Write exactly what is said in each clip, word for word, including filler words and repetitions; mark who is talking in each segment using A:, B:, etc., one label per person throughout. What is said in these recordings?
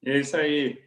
A: É isso aí.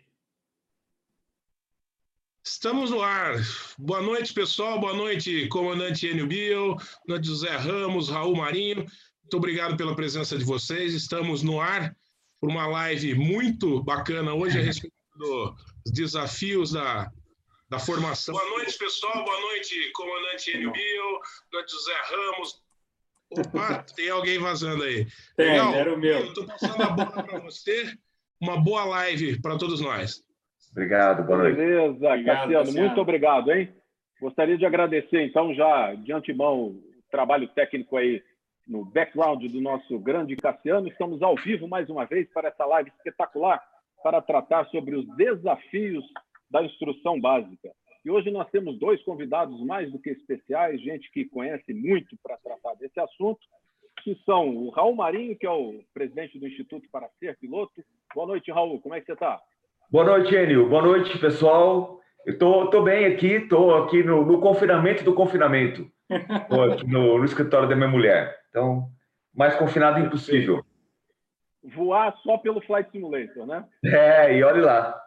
B: Estamos no ar. Boa noite, pessoal. Boa noite, comandante Enio Biel, boa noite, José Ramos, Raul Marinho. Muito obrigado pela presença de vocês. Estamos no ar por uma live muito bacana hoje a respeito dos desafios da, da formação. Boa noite, pessoal. Boa noite, comandante Enio Biel, boa noite, José Ramos. Opa, tem alguém vazando aí.
A: Tem,
B: Legal?
A: era o meu.
B: Estou passando a bola para você. Uma boa live para todos nós.
C: Obrigado, boa noite.
D: Beleza,
A: obrigado,
D: Cassiano,
A: Cassiano,
D: muito obrigado, hein? Gostaria de agradecer, então, já de antemão, o trabalho técnico aí no background do nosso grande Cassiano. Estamos ao vivo mais uma vez para essa live espetacular para tratar sobre os desafios da instrução básica. E hoje nós temos dois convidados mais do que especiais, gente que conhece muito para tratar desse assunto, que são o Raul Marinho, que é o presidente do Instituto para Ser Piloto. Boa noite, Raul, como é que você está?
C: Boa noite, Enio. Boa noite, pessoal. Eu tô, tô bem aqui, estou aqui no, no confinamento do confinamento. Estou aqui no, no escritório da minha mulher. Então, mais confinado impossível.
D: Voar só pelo Flight Simulator, né?
C: É, e olhe lá.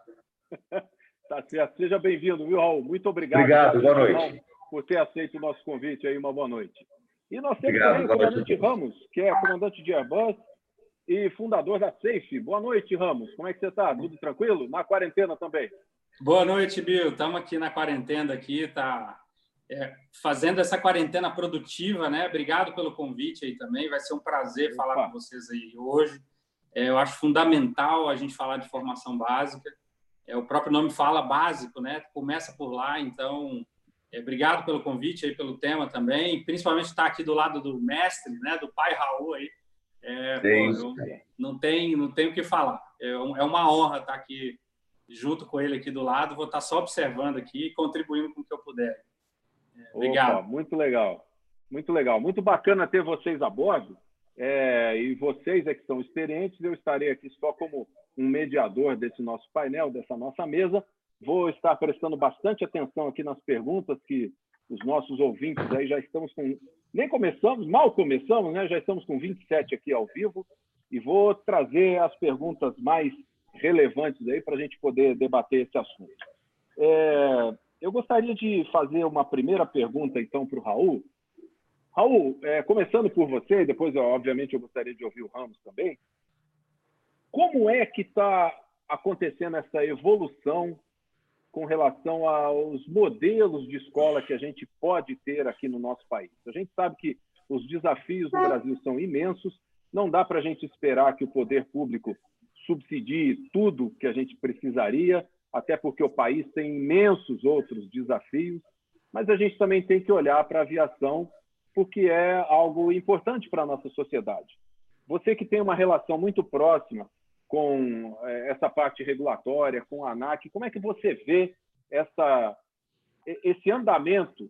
D: Tá certo. Seja bem-vindo, viu, Raul? Muito obrigado.
C: Obrigado, boa noite.
D: Por ter aceito o nosso convite aí, uma boa noite. E nós temos
C: Obrigado,
D: também o comandante Ramos, que é comandante de Airbus e fundador da Safe. Boa noite, Ramos. Como é que você está? Tudo tranquilo? Na quarentena também?
A: Boa noite, Bill. Estamos aqui na quarentena, aqui, tá é, fazendo essa quarentena produtiva, né? Obrigado pelo convite aí também. Vai ser um prazer
D: Opa.
A: falar com vocês aí hoje. É, eu acho fundamental a gente falar de formação básica. É, o próprio nome fala básico, né? Começa por lá, então... É, obrigado pelo convite aí, pelo tema também. Principalmente estar aqui do lado do mestre, né? Do pai Raul aí. É, pô, eu, não tem, não tem o que falar. É, um, é uma honra estar aqui junto com ele aqui do lado. Vou estar só observando aqui e contribuindo com o que eu puder. É, obrigado.
D: Opa, muito legal. Muito legal. Muito bacana ter vocês a bordo. É, e vocês é que são experientes. Eu estarei aqui só como um mediador desse nosso painel, dessa nossa mesa. Vou estar prestando bastante atenção aqui nas perguntas que os nossos ouvintes aí já estamos com... Nem começamos, mal começamos, né? Já estamos com vinte e sete aqui ao vivo e vou trazer as perguntas mais relevantes aí para a gente poder debater esse assunto. É, eu gostaria de fazer uma primeira pergunta, então, para o Raul. Raul, é, começando por você, e depois, obviamente, eu gostaria de ouvir o Ramos também. Como é que está acontecendo essa evolução com relação aos modelos de escola que a gente pode ter aqui no nosso país? A gente sabe que os desafios no Brasil são imensos, não dá para a gente esperar que o poder público subsidie tudo que a gente precisaria, até porque o país tem imensos outros desafios, mas a gente também tem que olhar para a aviação, porque é algo importante para a nossa sociedade. Você que tem uma relação muito próxima com essa parte regulatória, com a ANAC, como é que você vê essa, esse andamento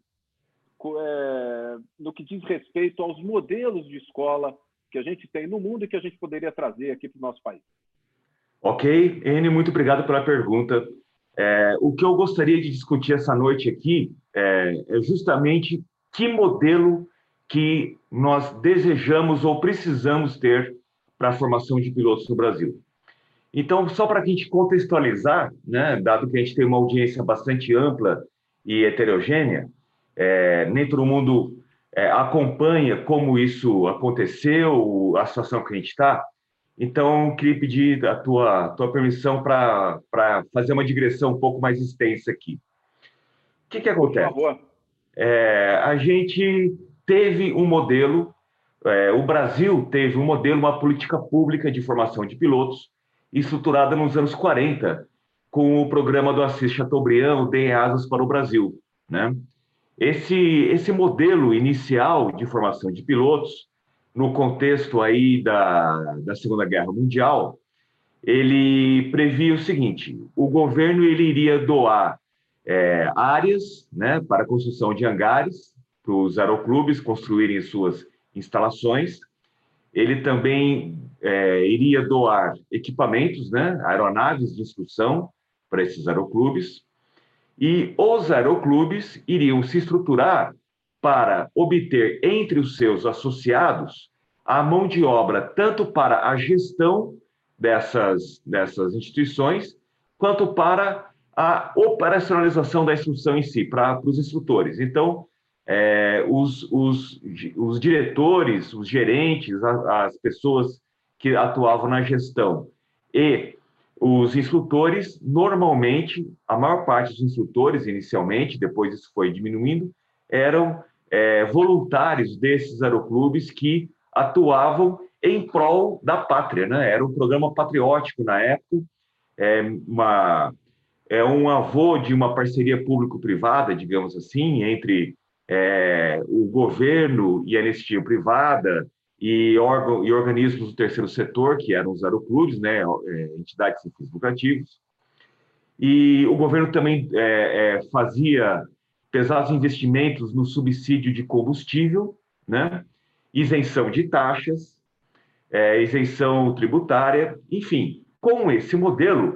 D: é, no que diz respeito aos modelos de escola que a gente tem no mundo e que a gente poderia trazer aqui para o nosso país?
C: Ok, Enio, muito obrigado pela pergunta. É, o que eu gostaria de discutir essa noite aqui é, é justamente que modelo que nós desejamos ou precisamos ter para a formação de pilotos no Brasil. Então, só para a gente contextualizar, né, dado que a gente tem uma audiência bastante ampla e heterogênea, é, nem todo mundo é, acompanha como isso aconteceu, a situação que a gente está. Então, queria pedir a tua, tua permissão para fazer uma digressão um pouco mais extensa aqui. O que, que acontece?
D: Por favor.
C: É, a gente teve um modelo, é, o Brasil teve um modelo, uma política pública de formação de pilotos, estruturada nos anos quarenta, com o programa do Assis Chateaubriand, o Dê Asas para o Brasil, né? Esse, esse modelo inicial de formação de pilotos, no contexto aí da, da Segunda Guerra Mundial, ele previa o seguinte: o governo ele iria doar é, áreas, né, para a construção de hangares, para os aeroclubes construírem suas instalações. Ele também é, iria doar equipamentos, né, aeronaves de instrução para esses aeroclubes, e os aeroclubes iriam se estruturar para obter entre os seus associados a mão de obra tanto para a gestão dessas, dessas instituições, quanto para a operacionalização da instrução em si, para, para os instrutores. Então, é, os, os, os diretores, os gerentes, as, as pessoas que atuavam na gestão e os instrutores, normalmente, a maior parte dos instrutores, inicialmente, depois isso foi diminuindo, eram é, voluntários desses aeroclubes que atuavam em prol da pátria, né? Era um programa patriótico na época, é, uma, é um avô de uma parceria público-privada, digamos assim, entre é, o governo e a anistia privada e, órgão, e organismos do terceiro setor, que eram os aeroclubes, né? É, entidades sem fins lucrativos. E o governo também é, é, fazia pesados investimentos no subsídio de combustível, né? Isenção de taxas, é, isenção tributária, enfim. Com esse modelo,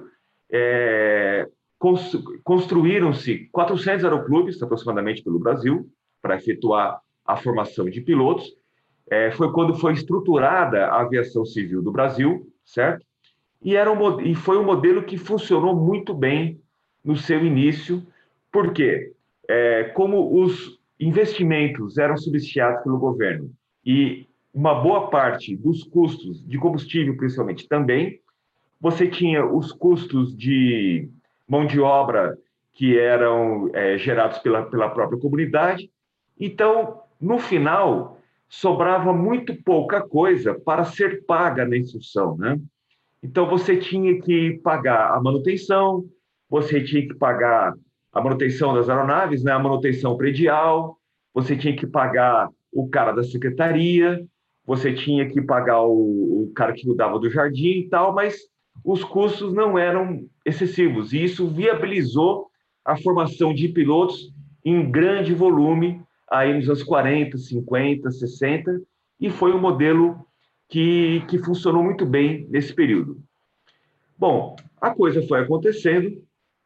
C: é, construíram-se quatrocentos aeroclubes, aproximadamente, pelo Brasil, para efetuar a formação de pilotos. É, foi quando foi estruturada a aviação civil do Brasil, certo? E, era um, e foi um modelo que funcionou muito bem no seu início, porque é, como os investimentos eram subsidiados pelo governo e uma boa parte dos custos de combustível, principalmente, também, você tinha os custos de mão de obra que eram é, gerados pela, pela própria comunidade. Então, no final, sobrava muito pouca coisa para ser paga na instrução, né? Então, você tinha que pagar a manutenção, você tinha que pagar a manutenção das aeronaves, né? A manutenção predial, você tinha que pagar o cara da secretaria, você tinha que pagar o, o cara que cuidava do jardim e tal, mas os custos não eram excessivos, e isso viabilizou a formação de pilotos em grande volume, aí nos anos quarenta, cinquenta, sessenta, e foi um modelo que, que funcionou muito bem nesse período. Bom, a coisa foi acontecendo,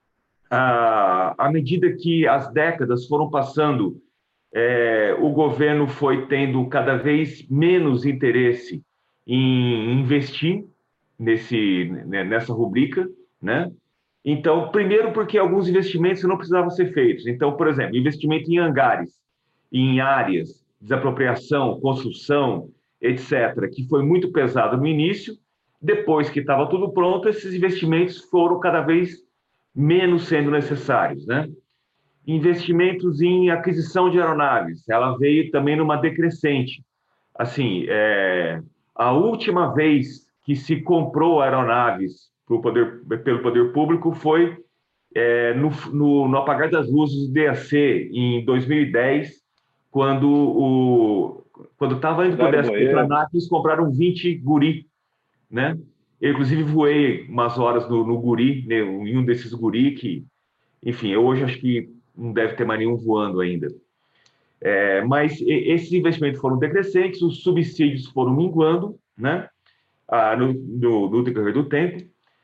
C: à, à medida que as décadas foram passando, é, o governo foi tendo cada vez menos interesse em investir nesse, nessa rubrica, né? Então, primeiro porque alguns investimentos não precisavam ser feitos. Então, por exemplo, investimento em hangares, em áreas, desapropriação, construção, etcétera, que foi muito pesado no início. Depois que estava tudo pronto, esses investimentos foram cada vez menos sendo necessários, né? Investimentos em aquisição de aeronaves, ela veio também numa decrescente. Assim, é, a última vez que se comprou aeronaves pro poder, pelo poder público foi é, no, no, no apagar das luzes do D A C, em dois mil e dez, quando o quando estava indo para o D A C para a ANAC, eles compraram vinte Guri, né? Eu, inclusive, voei umas horas no, no Guri, né, em um desses Guri, que, enfim, hoje acho que não deve ter mais nenhum voando ainda. É, mas esses investimentos foram decrescentes, os subsídios foram minguando, né, ah, no, no, no decorrer do tempo,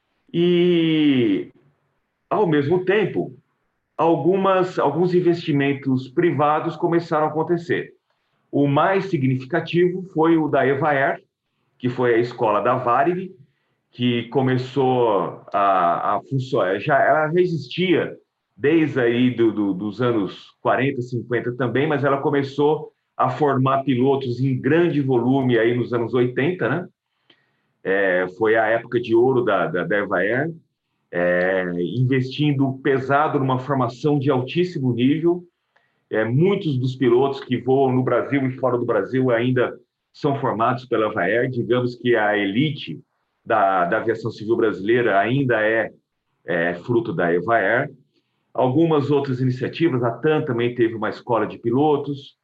C: e, ao mesmo tempo, algumas, alguns investimentos privados começaram a acontecer. O mais significativo foi o da EVAER, que foi a escola da Varig, que começou a, a funcionar, já, ela já existia desde aí do, do, dos anos quarenta, cinquenta também, mas ela começou a formar pilotos em grande volume aí nos anos oitenta, né? É, foi a época de ouro da, da, da EVAER, é, investindo pesado numa formação de altíssimo nível. É, muitos dos pilotos que voam no Brasil e fora do Brasil ainda são formados pela EVAER. Digamos que a elite da, da aviação civil brasileira ainda é, é fruto da EVAER. Algumas outras iniciativas, a TAM também teve uma escola de pilotos.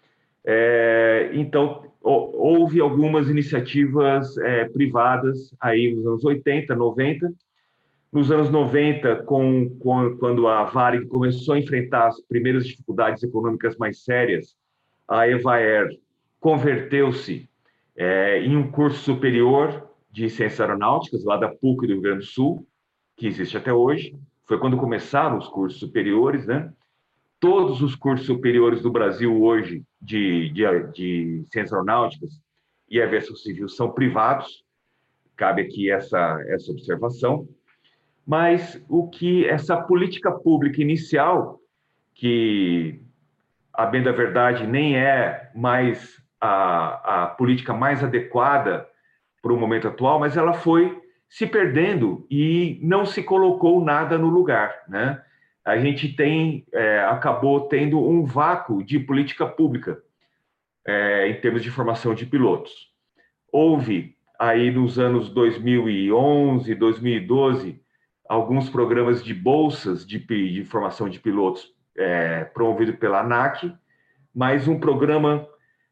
C: É, então, houve algumas iniciativas é, privadas aí nos anos oitenta, noventa. Nos anos noventa, com, com, quando a Varig começou a enfrentar as primeiras dificuldades econômicas mais sérias, a EVAER converteu-se é, em um curso superior de ciências aeronáuticas, lá da PUC do Rio Grande do Sul, que existe até hoje. Foi quando começaram os cursos superiores, né? Todos os cursos superiores do Brasil hoje de, de, de ciências aeronáuticas e aviação civil são privados. cabe aqui essa, essa observação. Mas o que essa política pública inicial, que, a bem da verdade, nem é mais a, a política mais adequada para o momento atual, mas ela foi se perdendo e não se colocou nada no lugar, né? A gente tem, é, acabou tendo um vácuo de política pública é, em termos de formação de pilotos. Houve, aí nos anos dois mil e onze, dois mil e doze, alguns programas de bolsas de, de formação de pilotos é, promovido pela ANAC, mas um programa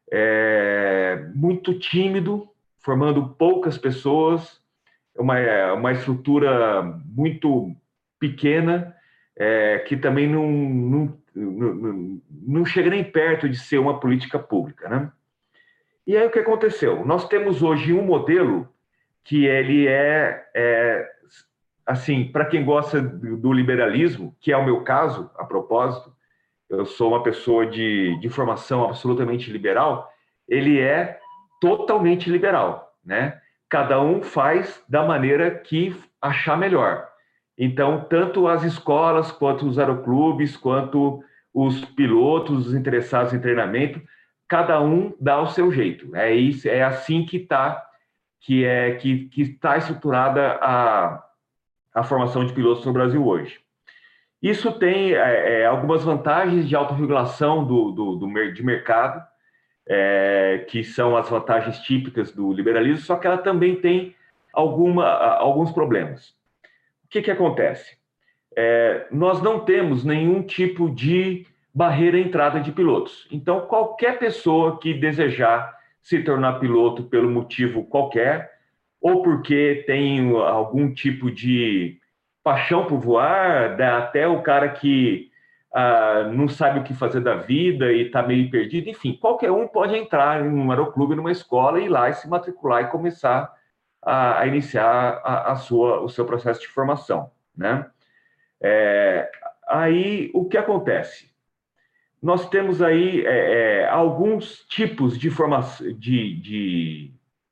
C: é, muito tímido, formando poucas pessoas, uma, uma estrutura muito pequena, é, que também não, não, não, não chega nem perto de ser uma política pública, né? E aí o que aconteceu? Nós temos hoje um modelo que ele é, é assim, para quem gosta do liberalismo, que é o meu caso, a propósito, eu sou uma pessoa de, de formação absolutamente liberal, ele é totalmente liberal, né? Cada um faz da maneira que achar melhor. Então, tanto as escolas, quanto os aeroclubes, quanto os pilotos, os interessados em treinamento, cada um dá o seu jeito. É isso, é assim que está que é que que está estruturada a, a formação de pilotos no Brasil hoje. Isso tem é, é, algumas vantagens de autorregulação do, do, do, de mercado, é, que são as vantagens típicas do liberalismo, só que ela também tem alguma, alguns problemas. O que, que acontece? É, nós não temos nenhum tipo de barreira à entrada de pilotos. Então, qualquer pessoa que desejar se tornar piloto pelo motivo qualquer, ou porque tem algum tipo de paixão por voar, até o cara que ah, não sabe o que fazer da vida e está meio perdido, enfim, qualquer um pode entrar em um aeroclube, numa escola, ir lá e se matricular e começar a, a iniciar a, a sua, o seu processo de formação, né? É, aí, o que acontece? Nós temos aí é, é, alguns tipos de formação, de, de,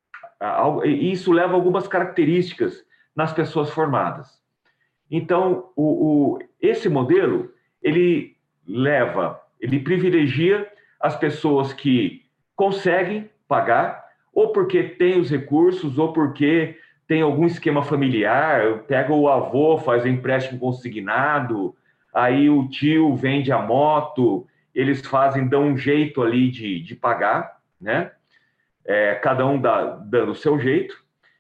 C: e isso leva a algumas características nas pessoas formadas. Então, o, o, esse modelo, ele leva, ele privilegia as pessoas que conseguem pagar, ou porque tem os recursos, ou porque tem algum esquema familiar, pega o avô, faz um empréstimo consignado, aí o tio vende a moto, eles fazem, dão um jeito ali de, de pagar, né? É, cada um dá, dando o seu jeito.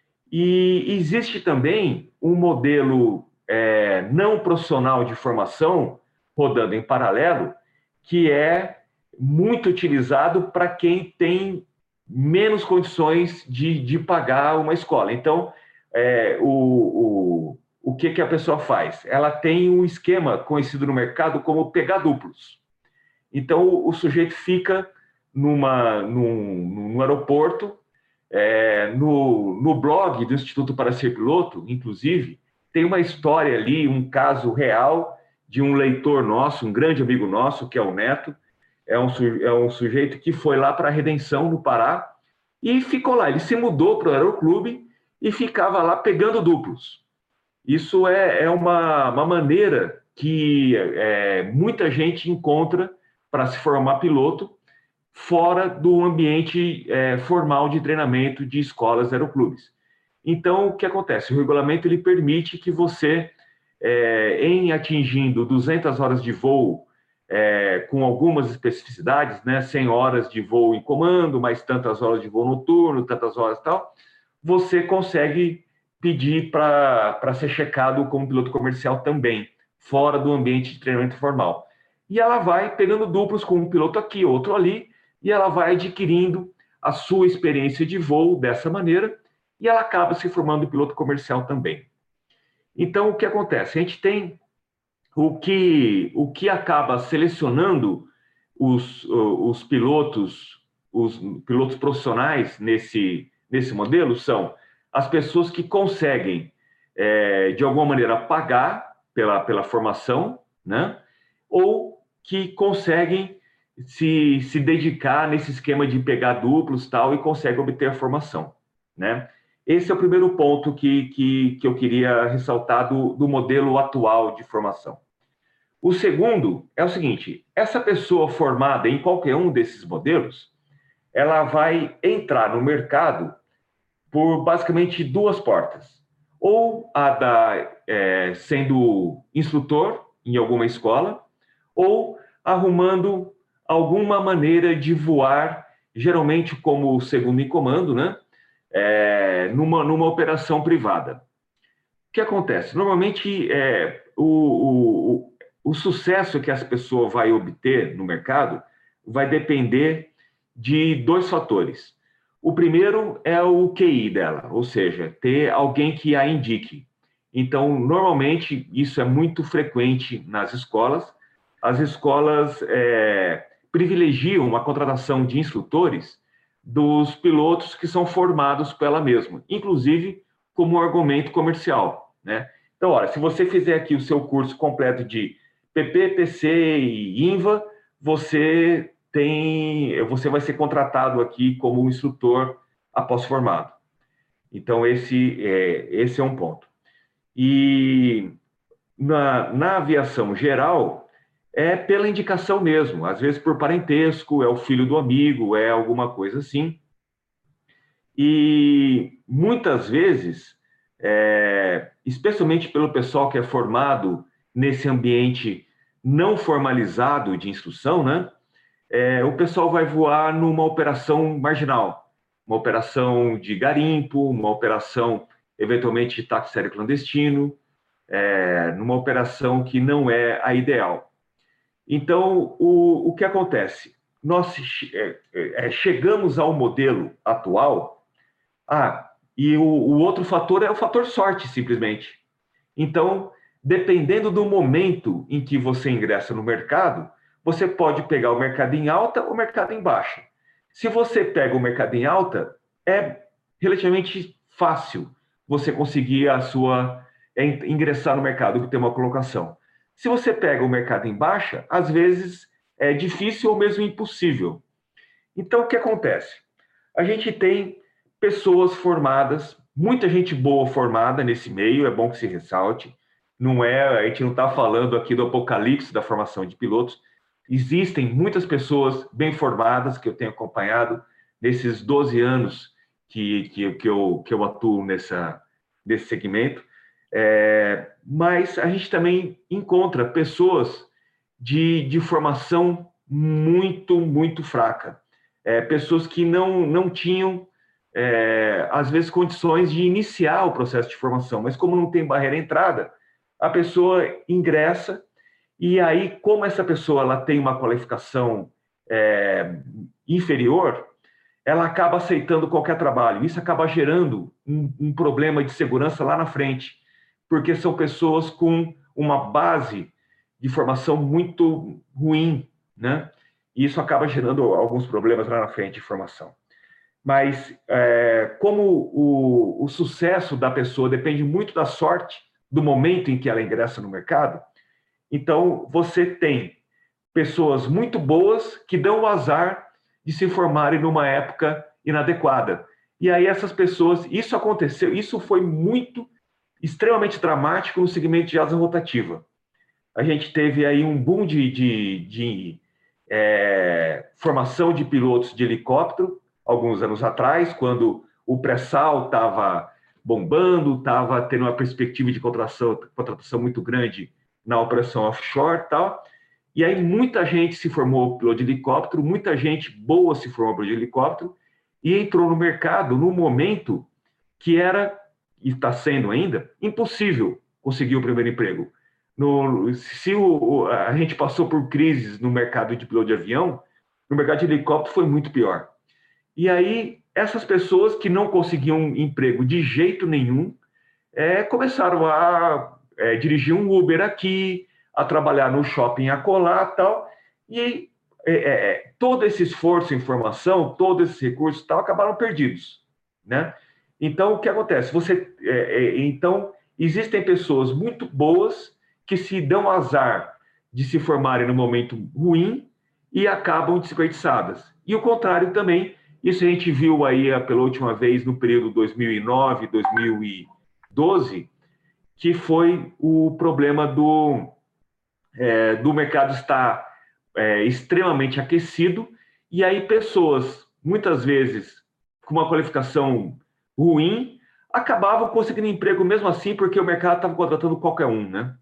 C: E existe também um modelo é, não profissional de formação, rodando em paralelo, que é muito utilizado para quem tem menos condições de, de pagar uma escola. Então, é, o, o, o que, que a pessoa faz? Ela tem um esquema conhecido no mercado como pegar duplos. Então, o, o sujeito fica numa, num, num aeroporto, é, no, no blog do Instituto para Ser Piloto, inclusive, tem uma história ali, um caso real de um leitor nosso, um grande amigo nosso, que é o Neto, é um, é um sujeito que foi lá para a Redenção, no Pará, e ficou lá. Ele se mudou para o aeroclube e ficava lá pegando duplos. Isso é, é uma, uma maneira que é, muita gente encontra para se formar piloto fora do ambiente é, formal de treinamento de escolas aeroclubes. Então, o que acontece? O regulamento ele permite que você, é, em atingindo duzentas horas de voo, é, com algumas especificidades, né, cem horas de voo em comando, mais tantas horas de voo noturno, tantas horas e tal, você consegue pedir para ser checado como piloto comercial também, fora do ambiente de treinamento formal. E ela vai pegando duplos com um piloto aqui, outro ali, e ela vai adquirindo a sua experiência de voo dessa maneira, e ela acaba se formando piloto comercial também. Então, o que acontece? A gente tem o que, o que acaba selecionando os, os pilotos, os pilotos profissionais nesse, nesse modelo são as pessoas que conseguem, é, de alguma maneira, pagar pela, pela formação, né? Ou que conseguem se, se dedicar nesse esquema de pegar duplos tal, e conseguem obter a formação, né? Esse é o primeiro ponto que, que, que eu queria ressaltar do, do modelo atual de formação. O segundo é o seguinte, essa pessoa formada em qualquer um desses modelos, ela vai entrar no mercado por basicamente duas portas. Ou a da é, sendo instrutor em alguma escola, ou arrumando alguma maneira de voar, geralmente como segundo em comando, né? É, numa, numa operação privada. O que acontece? Normalmente, é, o, o, o sucesso que essa pessoa vai obter no mercado vai depender de dois fatores. O primeiro é o Q I dela, ou seja, ter alguém que a indique. Então, normalmente, isso é muito frequente nas escolas. As escolas é, privilegiam a contratação de instrutores dos pilotos que são formados pela mesma, inclusive como argumento comercial, né? Então, olha, se você fizer aqui o seu curso completo de P P, P C e INVA, você tem, você vai ser contratado aqui como instrutor após formado. Então, esse é, esse é um ponto. E na, na aviação geral, é pela indicação mesmo, às vezes por parentesco, é o filho do amigo, é alguma coisa assim. E muitas vezes, é, especialmente pelo pessoal que é formado nesse ambiente não formalizado de instrução, né? É, o pessoal vai voar numa operação marginal, uma operação de garimpo, uma operação, eventualmente, de táxi aéreo clandestino, é, numa operação que não é a ideal. Então, o, o que acontece? Nós é, é, chegamos ao modelo atual, ah, e o, o outro fator é o fator sorte, simplesmente. Então, dependendo do momento em que você ingressa no mercado, você pode pegar o mercado em alta ou o mercado em baixa. Se você pega o mercado em alta, é relativamente fácil você conseguir a sua ingressar no mercado que tem uma colocação. Se você pega o mercado em baixa, às vezes é difícil ou mesmo impossível. Então, o que acontece? A gente tem pessoas formadas, muita gente boa formada nesse meio, é bom que se ressalte. Não é, a gente não está falando aqui do apocalipse da formação de pilotos. Existem muitas pessoas bem formadas que eu tenho acompanhado nesses doze anos que, que, que, eu, que eu atuo nessa, nesse segmento. É, mas a gente também encontra pessoas de, de formação muito, muito fraca. É, pessoas que não, não tinham, é, às vezes, condições de iniciar o processo de formação, mas como não tem barreira à entrada, a pessoa ingressa e aí, como essa pessoa ela tem uma qualificação é, inferior, ela acaba aceitando qualquer trabalho. Isso acaba gerando um, um problema de segurança lá na frente, porque são pessoas com uma base de formação muito ruim, né? E isso acaba gerando alguns problemas lá na frente de formação. Mas, é, como o, o sucesso da pessoa depende muito da sorte, do momento em que ela ingressa no mercado, então você tem pessoas muito boas que dão o azar de se formarem numa época inadequada. E aí essas pessoas, isso aconteceu, isso foi muito, extremamente dramático no segmento de asa rotativa. A gente teve aí um boom de, de, de é, formação de pilotos de helicóptero, alguns anos atrás, quando o pré-sal estava bombando, estava tendo uma perspectiva de contratação, contratação muito grande na operação offshore e tal. E aí muita gente se formou piloto de helicóptero, muita gente boa se formou piloto de helicóptero e entrou no mercado no momento que era, e está sendo ainda, impossível conseguir o primeiro emprego. No, se o, a gente passou por crises no mercado de piloto de avião, no mercado de helicóptero foi muito pior. E aí, essas pessoas que não conseguiam emprego de jeito nenhum, é, começaram a é, dirigir um Uber aqui, a trabalhar no shopping acolá e tal, e é, é, todo esse esforço em formação, todos esses recursos tal, acabaram perdidos, né? Então, o que acontece? Você, é, é, então, existem pessoas muito boas que se dão azar de se formarem no momento ruim e acabam desperdiçadas. E o contrário também, Isso a gente viu aí pela última vez no período dois mil e nove, dois mil e doze, que foi o problema do, é, do mercado estar é, extremamente aquecido, e aí pessoas, muitas vezes, com uma qualificação ruim, acabavam conseguindo emprego mesmo assim, porque o mercado estava contratando qualquer um, né?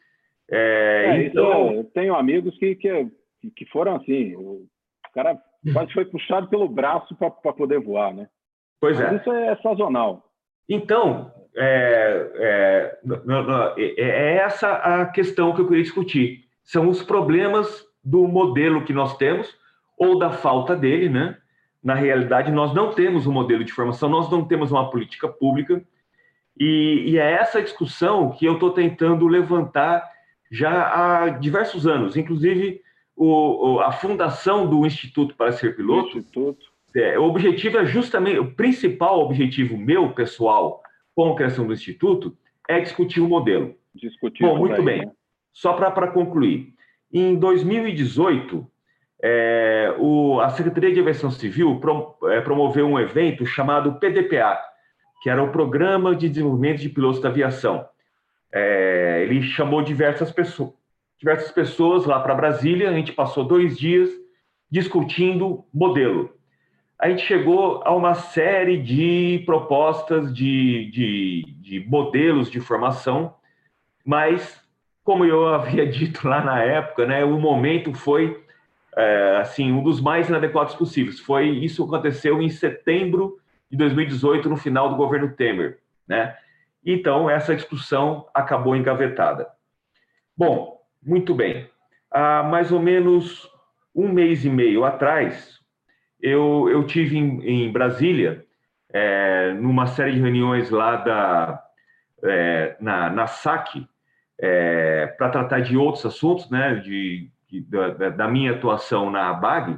D: É, é, então... isso, eu tenho amigos que, que, que foram assim, o cara quase foi puxado pelo braço para poder voar, né?
C: Pois
D: Mas
C: é.
D: isso é sazonal.
C: Então, é, é, é, é essa a questão que eu queria discutir. São os problemas do modelo que nós temos, ou da falta dele, né? Na realidade, nós não temos um modelo de formação, nós não temos uma política pública, e, e é essa discussão que eu estou tentando levantar já há diversos anos. Inclusive, o, a fundação do Instituto para Ser Piloto,
D: Instituto.
C: É, o objetivo é justamente, o principal objetivo meu, pessoal, com a criação do Instituto, é discutir o modelo.
D: Discutir
C: Bom, muito
D: daí,
C: bem.
D: Né?
C: Só para concluir. Em dois mil e dezoito, é, o, a Secretaria de Aviação Civil prom, é, promoveu um evento chamado P D P A, que era o Programa de Desenvolvimento de Pilotos da Aviação. É, ele chamou diversas pessoas, diversas pessoas lá para Brasília, a gente passou dois dias discutindo modelo. A gente chegou a uma série de propostas de, de, de modelos de formação, mas, como eu havia dito lá na época, né, o momento foi é, assim, um dos mais inadequados possíveis. Foi, isso aconteceu em setembro de dois mil e dezoito, no final do governo Temer, né? Então, essa discussão acabou engavetada. Bom, muito bem. Há mais ou menos um mês e meio atrás, eu, eu tive em, em Brasília, é, numa série de reuniões lá da, é, na, na S A C, é, para tratar de outros assuntos, né, de, de, da, da minha atuação na ABAG,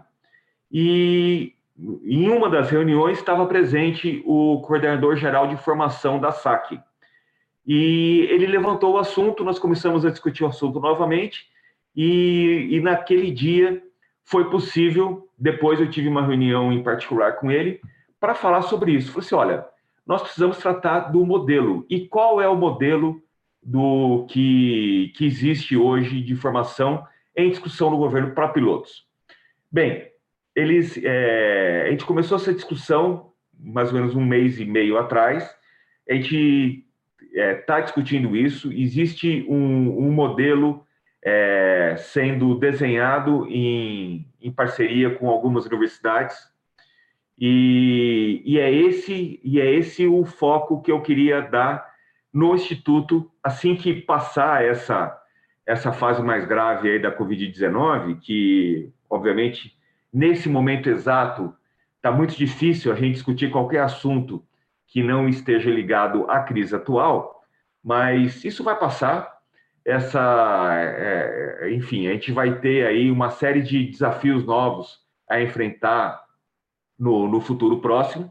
C: e em uma das reuniões estava presente o coordenador-geral de formação da S A C. E ele levantou o assunto, nós começamos a discutir o assunto novamente, e, e naquele dia foi possível, depois eu tive uma reunião em particular com ele, para falar sobre isso. Falei assim, olha, nós precisamos tratar do modelo. E qual é o modelo do que, que existe hoje de formação em discussão no governo para pilotos? Bem, eles, é, a gente começou essa discussão mais ou menos um mês e meio atrás, a gente está é, discutindo isso, existe um, um modelo é, sendo desenhado em, em parceria com algumas universidades, e, e, é esse, e é esse o foco que eu queria dar no Instituto, assim que passar essa, essa fase mais grave aí da covid dezenove, que, obviamente, nesse momento exato, está muito difícil a gente discutir qualquer assunto que não esteja ligado à crise atual, mas isso vai passar. Essa, é, enfim, a gente vai ter aí uma série de desafios novos a enfrentar no, no futuro próximo,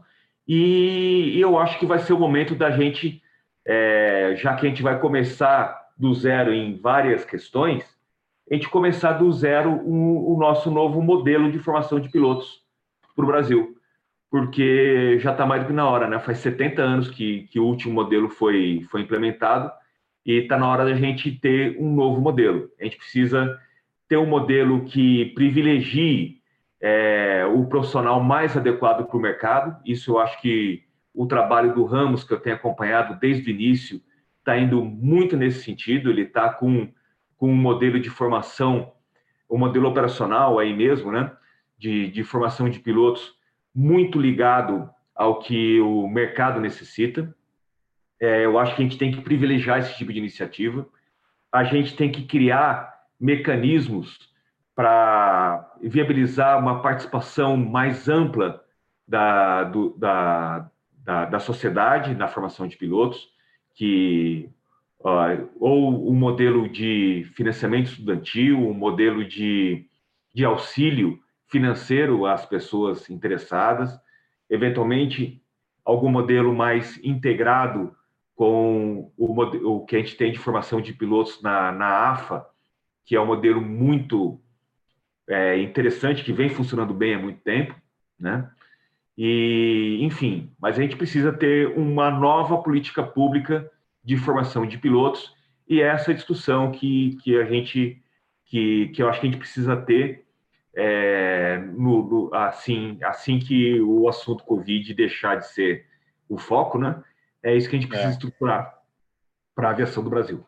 C: e eu acho que vai ser o momento da gente, é, já que a gente vai começar do zero em várias questões, a gente começar do zero o, o nosso novo modelo de formação de pilotos para o Brasil, porque já está mais do que na hora, né? Faz setenta anos que, que o último modelo foi, foi implementado, e está na hora da gente ter um novo modelo. A gente precisa ter um modelo que privilegie é, o profissional mais adequado para o mercado. Isso eu acho que o trabalho do Ramos, que eu tenho acompanhado desde o início, está indo muito nesse sentido. Ele está com, com um modelo de formação, um modelo operacional aí mesmo, né? De, de formação de pilotos muito ligado ao que o mercado necessita. É, eu acho que a gente tem que privilegiar esse tipo de iniciativa. A gente tem que criar mecanismos para viabilizar uma participação mais ampla da, do, da, da, da sociedade na formação de pilotos, que, ó, ou um modelo de financiamento estudantil, um modelo de, de auxílio financeiro às pessoas interessadas, eventualmente algum modelo mais integrado com o, o que a gente tem de formação de pilotos na, na AFA, que é um modelo muito é, interessante, que vem funcionando bem há muito tempo, né? E, enfim, mas a gente precisa ter uma nova política pública de formação de pilotos, e essa discussão que, que a gente, que, que eu acho que a gente precisa ter é, no, no, assim, assim que o assunto Covid deixar de ser o foco, né? É isso que a gente precisa
D: É.
C: estruturar para a aviação do Brasil.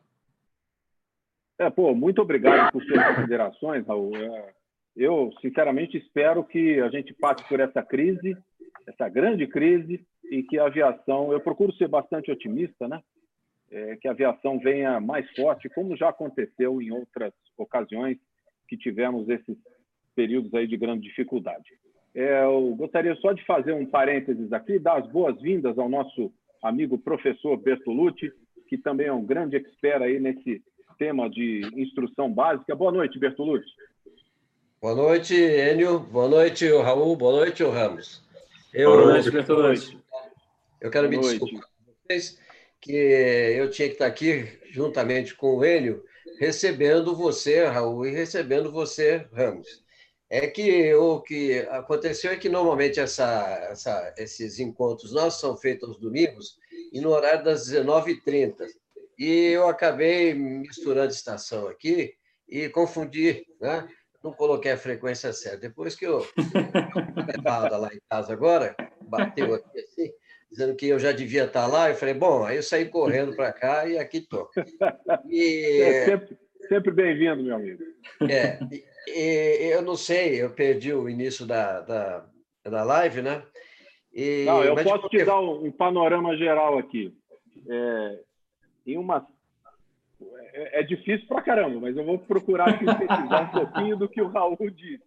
D: É, pô, muito obrigado por suas considerações, Raul. É, eu, sinceramente, espero que a gente passe por essa crise, essa grande crise, e que a aviação, eu procuro ser bastante otimista, né? É, que a aviação venha mais forte, como já aconteceu em outras ocasiões que tivemos esses períodos aí de grande dificuldade. É, eu gostaria só de fazer um parênteses aqui, dar as boas-vindas ao nosso amigo professor Bertolucci, que também é um grande expert aí nesse tema de instrução básica. Boa noite, Bertolucci.
E: Boa noite, Enio. Boa noite, Raul. Boa noite, Ramos. Eu,
A: Boa noite, Bertolucci.
E: Eu quero me desculpar com vocês que eu tinha que estar aqui juntamente com o Enio, recebendo você, Raul, e recebendo você, Ramos. É que o que aconteceu é que normalmente essa, essa, esses encontros nossos são feitos aos domingos e no horário das dezenove e trinta. E eu acabei misturando estação aqui e confundi, né? Não coloquei a frequência certa. Depois que eu levada lá em casa agora, bateu aqui assim, dizendo que eu já devia estar lá, eu falei, bom, aí eu saí correndo para cá e aqui estou.
D: E... É sempre, sempre bem-vindo, meu amigo.
E: É, e, e, eu não sei, eu perdi o início da, da, da live, né? E,
D: não, eu
E: mas
D: posso
E: qualquer...
D: te dar um, um panorama geral aqui. É, em uma... é, é difícil pra caramba, mas eu vou procurar sintetizar um pouquinho do que o Raul disse.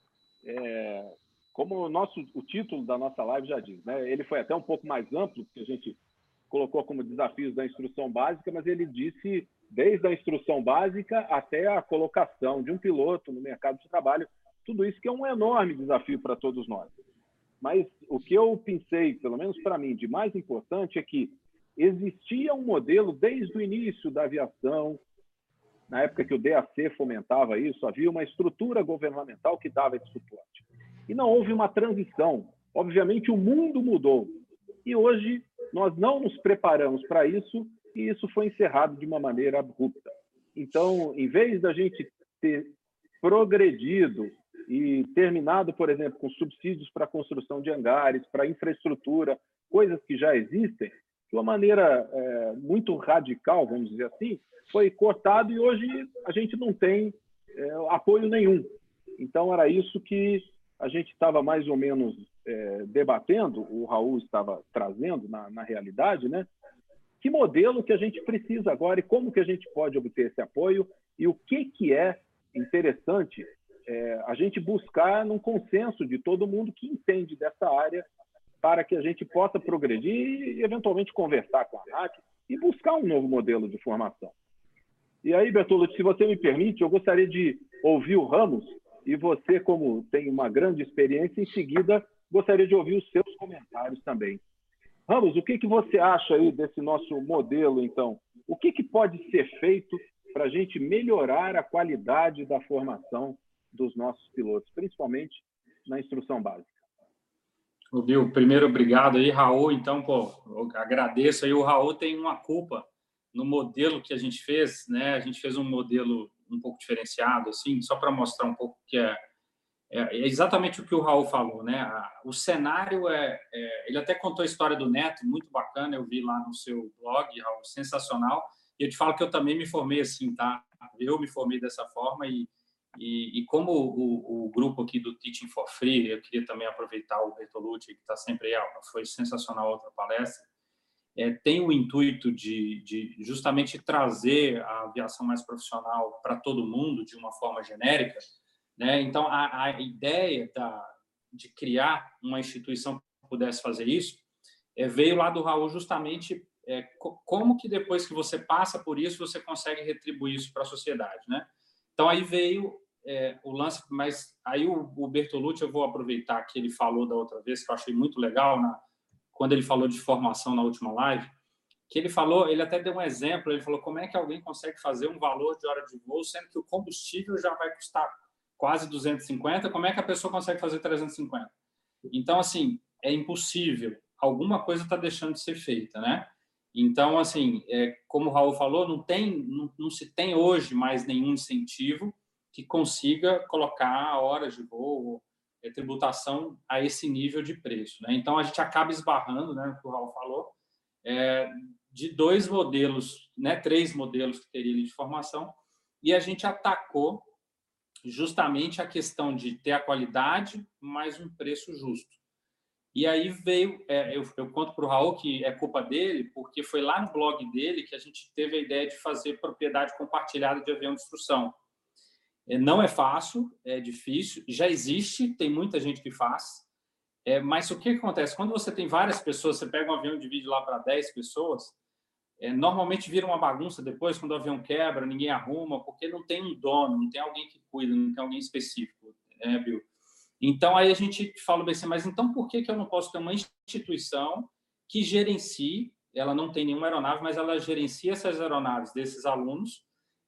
D: É, como o, nosso, o título da nossa live já diz, né? Ele foi até um pouco mais amplo, que a gente colocou como desafios da instrução básica, mas ele disse desde a instrução básica até a colocação de um piloto no mercado de trabalho, tudo isso que é um enorme desafio para todos nós. Mas o que eu pensei, pelo menos para mim, de mais importante é que existia um modelo desde o início da aviação, na época que o D A C fomentava isso, havia uma estrutura governamental que dava esse suporte. E não houve uma transição. Obviamente, o mundo mudou. E hoje nós não nos preparamos para isso e isso foi encerrado de uma maneira abrupta. Então, em vez da gente ter progredido e terminado, por exemplo, com subsídios para a construção de hangares, para infraestrutura, coisas que já existem, de uma maneira é, muito radical, vamos dizer assim, foi cortado e hoje a gente não tem é, apoio nenhum. Então, era isso que a gente estava mais ou menos é, debatendo, o Raul estava trazendo na, na realidade, né? Que modelo que a gente precisa agora e como que a gente pode obter esse apoio e o que, que é interessante é, a gente buscar num consenso de todo mundo que entende dessa área para que a gente possa progredir e, eventualmente, conversar com a ANAC e buscar um novo modelo de formação. E aí, Bertolucci, se você me permite, eu gostaria de ouvir o Ramos e você, como tem uma grande experiência, em seguida, gostaria de ouvir os seus comentários também. Ramos, o que, que você acha aí desse nosso modelo, então? O que, que pode ser feito para a gente melhorar a qualidade da formação dos nossos pilotos, principalmente na instrução básica?
A: Bill, primeiro, obrigado aí, Raul. Então, pô, eu agradeço aí. O Raul tem uma culpa no modelo que a gente fez, né? A gente fez um modelo um pouco diferenciado, assim, só para mostrar um pouco que é, é exatamente o que o Raul falou, né? O cenário é, é... Ele até contou a história do Neto, muito bacana, eu vi lá no seu blog, Raul, sensacional. E eu te falo que eu também me formei assim, tá? Eu me formei dessa forma e E, e como o, o grupo aqui do Teaching for Free, eu queria também aproveitar o Bertolucci, que está sempre aí, foi sensacional a outra palestra, é, tem o intuito de, de justamente trazer a aviação mais profissional para todo mundo, de uma forma genérica, né? Então, a, a ideia da, de criar uma instituição que pudesse fazer isso é, veio lá do Raul justamente é, como que depois que você passa por isso, você consegue retribuir isso para a sociedade, né? Então, aí veio é, o lance, mas aí o, o Bertolucci, eu vou aproveitar que ele falou da outra vez, que eu achei muito legal, na, quando ele falou de formação na última live, que ele falou, ele até deu um exemplo, ele falou como é que alguém consegue fazer um valor de hora de voo, sendo que o combustível já vai custar quase duzentos e cinquenta, como é que a pessoa consegue fazer trezentos e cinquenta? Então, assim, é impossível. Alguma coisa está deixando de ser feita, né? Então, assim, é, como o Raul falou, não, tem, não, não se tem hoje mais nenhum incentivo que consiga colocar horas de voo, é, tributação a esse nível de preço, né? Então, a gente acaba esbarrando, né, no que o Raul falou, é, de dois modelos, né, três modelos que teria de formação, e a gente atacou justamente a questão de ter a qualidade mais um preço justo. E aí veio, é, eu, eu conto para o Raul que é culpa dele, porque foi lá no blog dele que a gente teve a ideia de fazer propriedade compartilhada de avião de instrução. É, não é fácil, é difícil, já existe, tem muita gente que faz, é, mas o que acontece? Quando você tem várias pessoas, você pega um avião e divide lá para dez pessoas, é, normalmente vira uma bagunça depois, quando o avião quebra, ninguém arruma, porque não tem um dono, não tem alguém que cuida, não tem alguém específico, é, Bill? Então, aí a gente fala bem assim, mas então por que que eu não posso ter uma instituição que gerencie, ela não tem nenhuma aeronave, mas ela gerencia essas aeronaves desses alunos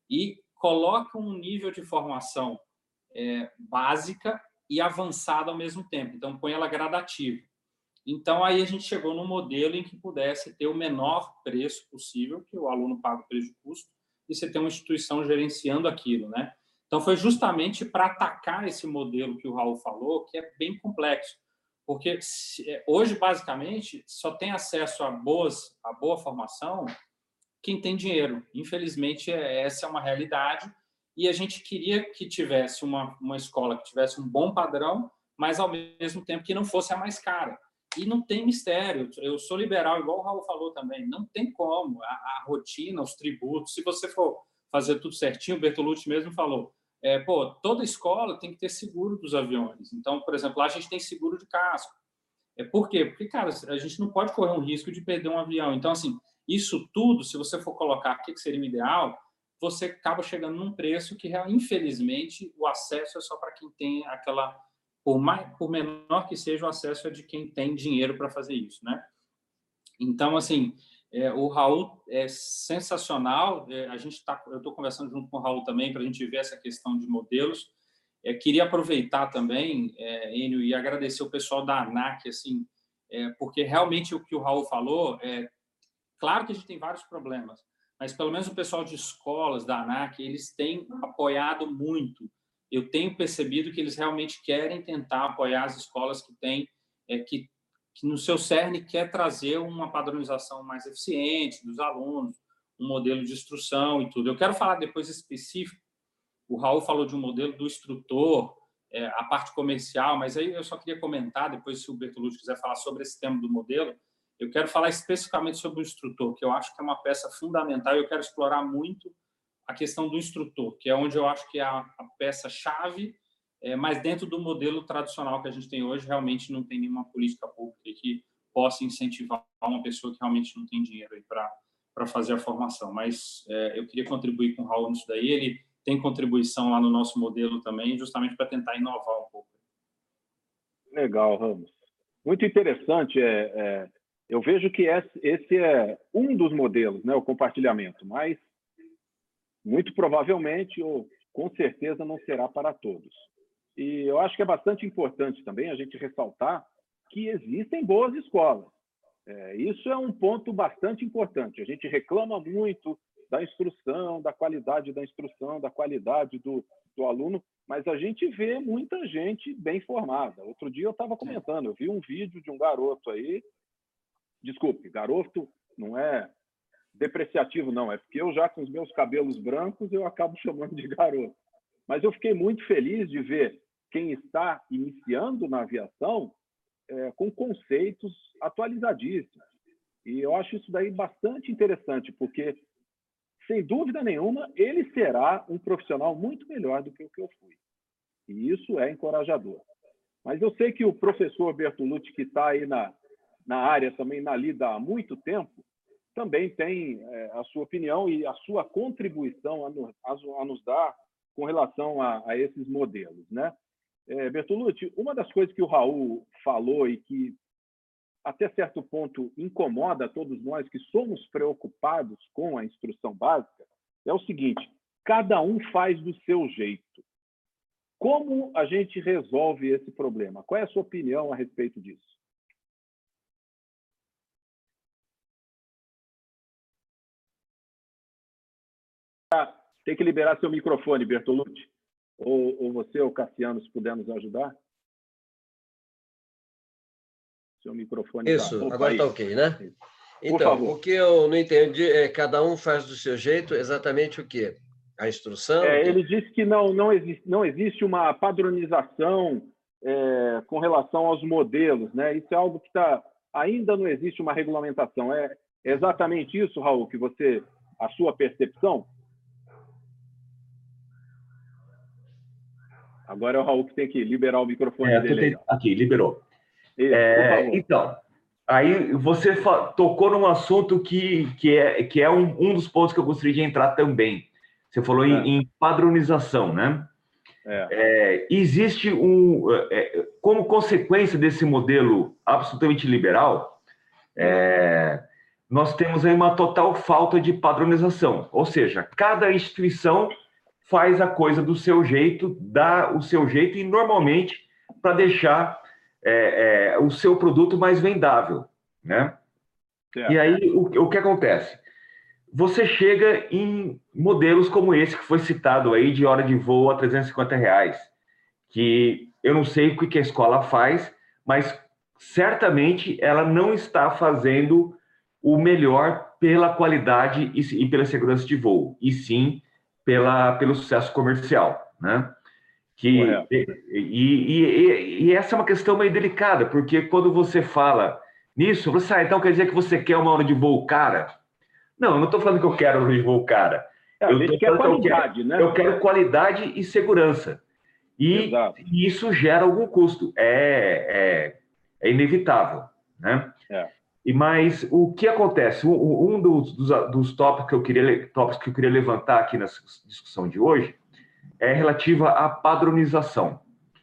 A: e coloca um nível de formação é, básica e avançada ao mesmo tempo. Então, põe ela gradativa. Então, aí a gente chegou num modelo em que pudesse ter o menor preço possível, que o aluno paga o preço de custo, e você tem uma instituição gerenciando aquilo, né? Então, foi justamente para atacar esse modelo que o Raul falou, que é bem complexo. Porque hoje, basicamente, só tem acesso a, boas, a boa formação quem tem dinheiro. Infelizmente, essa é uma realidade. E a gente queria que tivesse uma, uma escola que tivesse um bom padrão, mas, ao mesmo tempo, que não fosse a mais cara. E não tem mistério. Eu sou liberal, igual o Raul falou também. Não tem como. A, a rotina, os tributos, se você for fazer tudo certinho, o Bertolucci mesmo falou, É, pô, toda escola tem que ter seguro dos aviões. Então, por exemplo, lá a gente tem seguro de casco. É, por quê? Porque, cara, a gente não pode correr um risco de perder um avião. Então, assim, isso tudo, se você for colocar o que seria o ideal, você acaba chegando num preço que, infelizmente, o acesso é só para quem tem aquela... Por, mais, por menor que seja, o acesso é de quem tem dinheiro para fazer isso, né? Então, assim... É, o Raul é sensacional. É, a gente tá, eu estou conversando junto com o Raul também para a gente ver essa questão de modelos. É, queria aproveitar também, é, Enio, e agradecer o pessoal da ANAC, assim, é, porque realmente o que o Raul falou, é claro que a gente tem vários problemas, mas pelo menos o pessoal de escolas da ANAC, eles têm apoiado muito. Eu tenho percebido que eles realmente querem tentar apoiar as escolas que têm, é, que que no seu cerne quer trazer uma padronização mais eficiente dos alunos, um modelo de instrução e tudo. Eu quero falar depois específico, o Raul falou de um modelo do instrutor, é, a parte comercial, mas aí eu só queria comentar, depois se o Bertolucci quiser falar sobre esse tema do modelo, eu quero falar especificamente sobre o instrutor, que eu acho que é uma peça fundamental e eu quero explorar muito a questão do instrutor, que é onde eu acho que é a, a peça-chave. É, mas dentro do modelo tradicional que a gente tem hoje, realmente não tem nenhuma política pública que possa incentivar uma pessoa que realmente não tem dinheiro para fazer a formação. Mas é, eu queria contribuir com o Raul nisso daí. Ele tem contribuição lá no nosso modelo também, justamente para tentar inovar um pouco.
D: Legal, Ramos. Muito interessante. É, é, eu vejo que esse é um dos modelos, né, o compartilhamento, mas muito provavelmente, ou com certeza, não será para todos. E eu acho que é bastante importante também a gente ressaltar que existem boas escolas. É, isso é um ponto bastante importante. A gente reclama muito da instrução, da qualidade da instrução, da qualidade do, do aluno, mas a gente vê muita gente bem formada. Outro dia eu estava comentando, eu vi um vídeo de um garoto aí, desculpe, garoto não é depreciativo não, é porque eu já com os meus cabelos brancos eu acabo chamando de garoto. Mas eu fiquei muito feliz de ver quem está iniciando na aviação é, com conceitos atualizadíssimos. E eu acho isso daí bastante interessante, porque, sem dúvida nenhuma, ele será um profissional muito melhor do que o que eu fui. E isso é encorajador. Mas eu sei que o professor Bertolucci, que está aí na, na área também, na lida há muito tempo, também tem é, a sua opinião e a sua contribuição a, no, a, a nos dar com relação a, a esses modelos, né? É, Bertolucci, uma das coisas que o Raul falou e que, até certo ponto, incomoda todos nós que somos preocupados com a instrução básica, é o seguinte, cada um faz do seu jeito. Como a gente resolve esse problema? Qual é a sua opinião a respeito disso? tem que liberar seu microfone, Bertolucci. Ou, ou você, ou Cassiano, se puder nos ajudar. Seu microfone
E: Isso,
D: tá...
E: agora está ok, né?
D: Então,
E: o que eu não entendi é cada um faz do seu jeito exatamente o quê? A instrução?
D: É, ele disse que não, não, existe, não existe uma padronização é, com relação aos modelos, né? Isso é algo que está... Ainda não existe uma regulamentação. É exatamente isso, Raul, que você... A sua percepção? Agora é o Raul que tem que liberar o microfone
C: é,
D: dele. Aí,
C: aqui, liberou.
D: Isso,
C: é, então, aí você tocou num assunto que, que é, que é um, um dos pontos que eu gostaria de entrar também. Você falou em, é. em padronização, né?
D: É.
C: É, existe um... É, como consequência desse modelo absolutamente liberal, é, nós temos aí uma total falta de padronização. Ou seja, cada instituição faz a coisa do seu jeito, dá o seu jeito e, normalmente, para deixar é, é, o seu produto mais vendável, né? É. E aí, o, o que acontece? Você chega em modelos como esse que foi citado aí, de hora de voo a trezentos e cinquenta reais, que eu não sei o que a escola faz, mas certamente ela não está fazendo o melhor pela qualidade e, e pela segurança de voo, e sim pela, pelo sucesso comercial, né? Que, e, e, e, e essa é uma questão meio delicada, porque quando você fala nisso, você ah, então quer dizer que você quer uma hora de voo cara? Não, eu não estou falando que eu quero hora de voo cara.
D: É,
C: eu, tô
D: quer qualidade,
C: que eu, quero,
D: né?
C: eu quero qualidade e segurança. E, e isso gera algum custo. É, é, é inevitável, né?
D: É.
C: E, mas o que acontece? Um, um dos, dos, dos tópicos, que eu queria, tópicos que eu queria levantar aqui nessa discussão de hoje é relativa à padronização.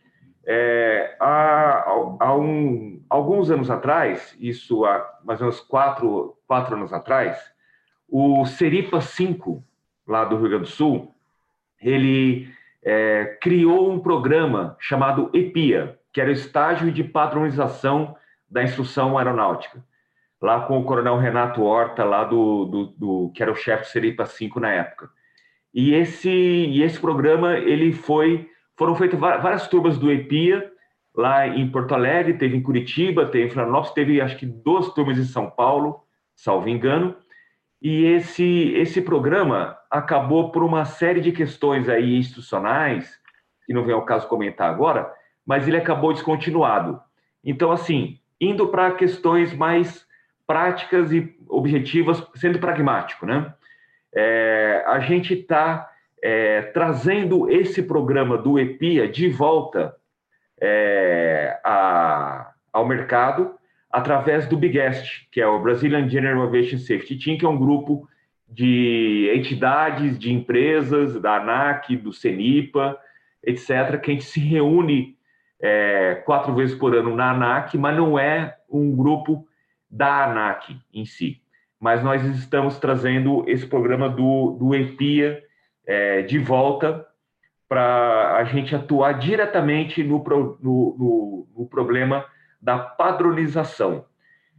C: É, há há um, alguns anos atrás, isso há mais ou menos quatro, quatro anos atrás, o Seripa cinco, lá do Rio Grande do Sul, ele é, criou um programa chamado EPIA, que era o Estágio de Padronização da Instrução Aeronáutica, lá com o coronel Renato Horta, lá do, do, do, que era o chefe do Seripa cinco na época. E esse, e esse programa, ele foi, foram feitas várias turmas do EPIA, lá em Porto Alegre, teve em Curitiba, teve em Florianópolis, teve acho que duas turmas em São Paulo, salvo engano. E esse, esse programa acabou por uma série de questões aí institucionais, que não vem ao caso comentar agora, mas ele acabou descontinuado. Então, assim, indo para questões mais práticas e objetivas, sendo pragmático, né? É, a gente está é, trazendo esse programa do EPIA de volta é, a, ao mercado através do BIGEST, que é o Brazilian General Aviation Safety Team, que é um grupo de entidades, de empresas, da ANAC, do CENIPA, etcétera, que a gente se reúne é, quatro vezes por ano na ANAC, mas não é um grupo da ANAC em si. Mas nós estamos trazendo esse programa do, do EPIA é, de volta para a gente atuar diretamente no, no, no, no problema da padronização.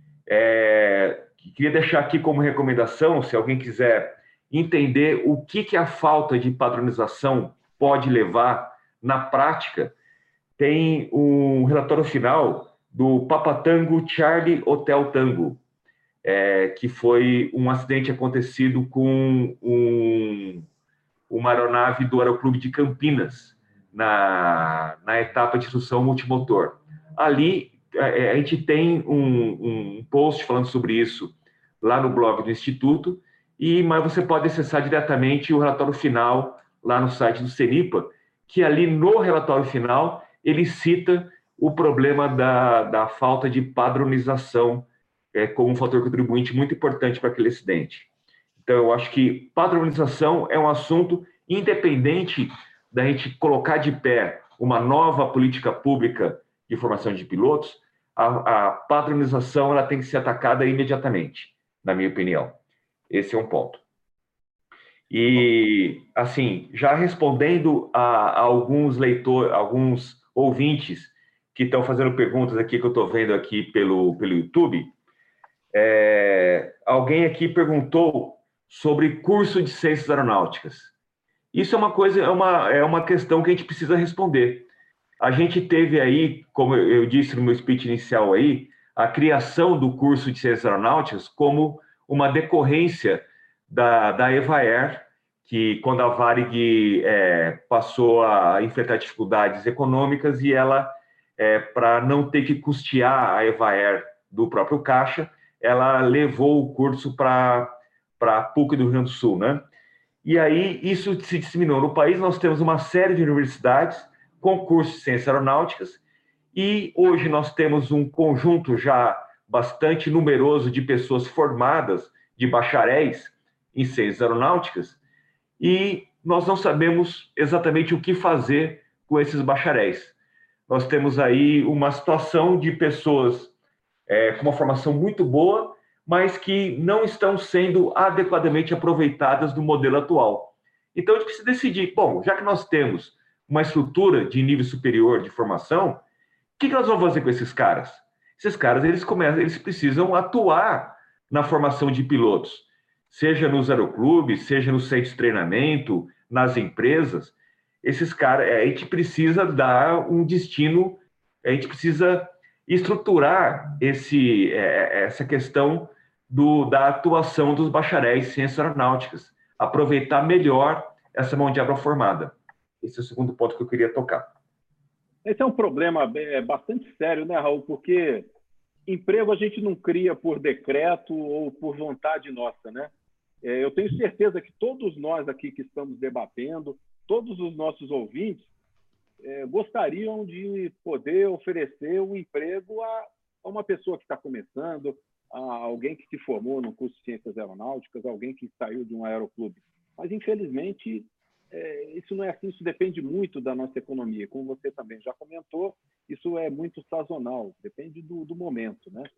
C: É, queria deixar aqui como recomendação, se alguém quiser entender o que, que a falta de padronização pode levar na prática, tem um relatório final do Papa Tango Charlie Hotel Tango, é, que foi um acidente acontecido com um, uma aeronave do Aeroclube de Campinas, na, na etapa de instrução multimotor. Ali, a, a gente tem um, um post falando sobre isso lá no blog do Instituto, e, mas você pode acessar diretamente o relatório final lá no site do CENIPA, que ali no relatório final ele cita o problema da, da falta de padronização é, como um fator contribuinte muito importante para aquele acidente. Então, eu acho que padronização é um assunto independente da gente colocar de pé uma nova política pública de formação de pilotos, a, a padronização ela tem que ser atacada imediatamente, na minha opinião. Esse é um ponto. E, assim, já respondendo a, a alguns leitores, alguns ouvintes que estão fazendo perguntas aqui, que eu estou vendo aqui pelo, pelo YouTube, é, alguém aqui perguntou sobre curso de ciências aeronáuticas. Isso é uma coisa, é uma, é uma questão que a gente precisa responder. A gente teve aí, como eu disse no meu speech inicial aí, a criação do curso de ciências aeronáuticas como uma decorrência da, da EVAER, que quando a Varig é, passou a enfrentar dificuldades econômicas e ela, é, para não ter que custear a EVAER do próprio Caixa, ela levou o curso para a PUC do Rio Grande do Sul, né? E aí isso se disseminou no país. Nós temos uma série de universidades com cursos de ciências aeronáuticas e hoje nós temos um conjunto já bastante numeroso de pessoas formadas, de bacharéis em ciências aeronáuticas, e nós não sabemos exatamente o que fazer com esses bacharéis. Nós temos aí uma situação de pessoas é, com uma formação muito boa, mas que não estão sendo adequadamente aproveitadas no modelo atual. Então, a gente precisa decidir, bom, já que nós temos uma estrutura de nível superior de formação, o que, que nós vamos fazer com esses caras? Esses caras, eles começam, eles precisam atuar na formação de pilotos, seja nos aeroclubes, seja no centro de treinamento, nas empresas. Esses caras, a gente precisa dar um destino, a gente precisa estruturar esse, essa questão do, da atuação dos bacharéis em ciências aeronáuticas, aproveitar melhor essa mão de obra formada. Esse é o segundo ponto que eu queria tocar.
D: Esse é um problema bastante sério, né, Raul? Porque emprego a gente não cria por decreto ou por vontade nossa, né? Eu tenho certeza que todos nós aqui que estamos debatendo, todos os nossos ouvintes, é, gostariam de poder oferecer um emprego a, a uma pessoa que está começando, a alguém que se formou no curso de ciências aeronáuticas, alguém que saiu de um aeroclube. Mas, infelizmente, é, isso não é assim, isso depende muito da nossa economia. Como você também já comentou, isso é muito sazonal, depende do, do momento, né?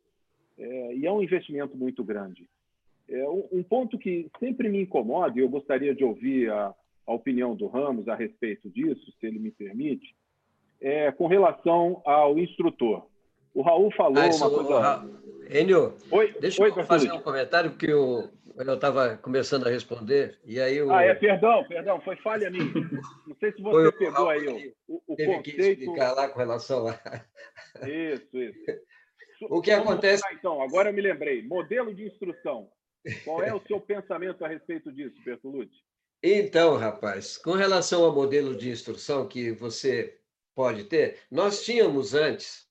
D: É, e é um investimento muito grande. É, um, um ponto que sempre me incomoda, e eu gostaria de ouvir a, a opinião do Ramos a respeito disso, se ele me permite, é com relação ao instrutor. O Raul falou ah, isso, uma coisa...
E: Ra... Enio,
D: Oi,
E: deixa
D: Oi,
E: eu fazer um comentário, porque eu estava começando a responder, e aí o...
D: Ah, é, perdão, perdão, foi falha minha. Não sei se você pegou
E: o
D: aí o, o, o
E: teve
D: conceito...
E: que explicar lá com relação a...
D: Isso, isso.
E: O que
D: Vamos
E: acontece...
D: voltar, então, agora eu me lembrei. Modelo de instrução. Qual é o seu pensamento a respeito disso, Bertolucci?
E: Então, rapaz, com relação ao modelo de instrução que você pode ter, nós tínhamos antes,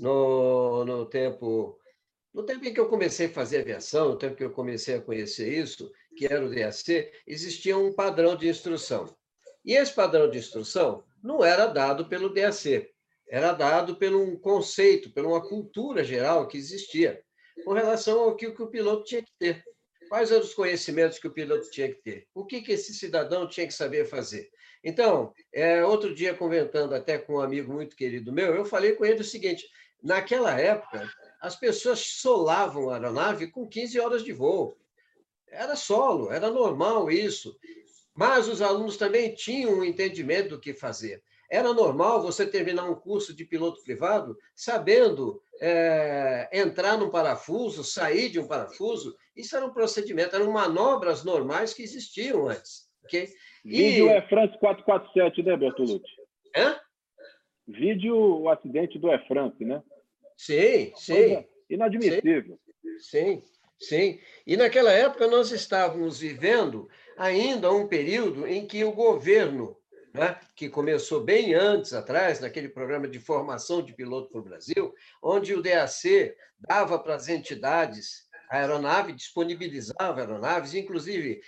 E: no, no tempo no tempo em que eu comecei a fazer aviação, no tempo que eu comecei a conhecer isso, que era o D A C, existia um padrão de instrução. E esse padrão de instrução não era dado pelo D A C, era dado por um conceito, por uma cultura geral que existia, com relação ao que o piloto tinha que ter. Quais eram os conhecimentos que o piloto tinha que ter? O que, que esse cidadão tinha que saber fazer? Então, é, outro dia, conversando até com um amigo muito querido meu, eu falei com ele o seguinte, naquela época, as pessoas solavam a aeronave com quinze horas de voo. Era solo, era normal isso. Mas os alunos também tinham um entendimento do que fazer. Era normal você terminar um curso de piloto privado sabendo é, entrar num parafuso, sair de um parafuso. Isso era um procedimento, eram manobras normais que existiam antes. Okay?
D: Vídeo e... Air France quatrocentos e quarenta e sete, né, Bertolucci?
E: Hã?
D: Vídeo o acidente do Air France, né?
E: Sim, sim.
D: Inadmissível.
E: Sim, sim. E naquela época nós estávamos vivendo ainda um período em que o governo, né, que começou bem antes, atrás, naquele programa de formação de piloto para o Brasil, onde o D A C dava para as entidades a aeronave, disponibilizava aeronaves, inclusive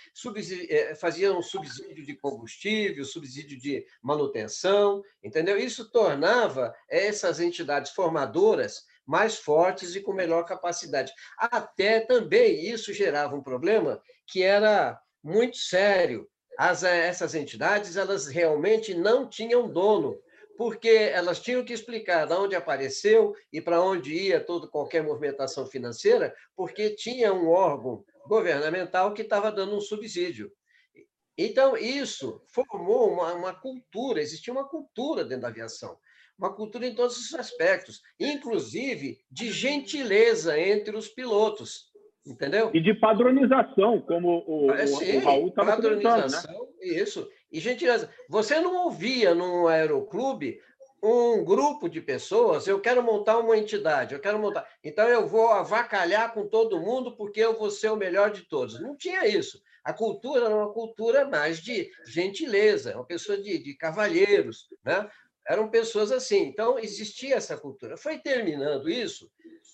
E: fazia um subsídio de combustível, subsídio de manutenção, entendeu? Isso tornava essas entidades formadoras mais fortes e com melhor capacidade. Até também isso gerava um problema que era muito sério. As, essas entidades, elas realmente não tinham dono, porque elas tinham que explicar de onde apareceu e para onde ia toda qualquer movimentação financeira, porque tinha um órgão governamental que estava dando um subsídio. Então, isso formou uma, uma cultura, existia uma cultura dentro da aviação, uma cultura em todos os aspectos, inclusive de gentileza entre os pilotos. Entendeu?
D: E de padronização, como o,
E: é, sim,
D: o Raul estava comentando, né?
E: Isso. E gentileza, você não ouvia num aeroclube um grupo de pessoas, eu quero montar uma entidade, eu quero montar, então eu vou avacalhar com todo mundo porque eu vou ser o melhor de todos. Não tinha isso. A cultura era uma cultura mais de gentileza, uma pessoa de, de cavalheiros, né? Eram pessoas assim. Então, existia essa cultura. Foi terminando isso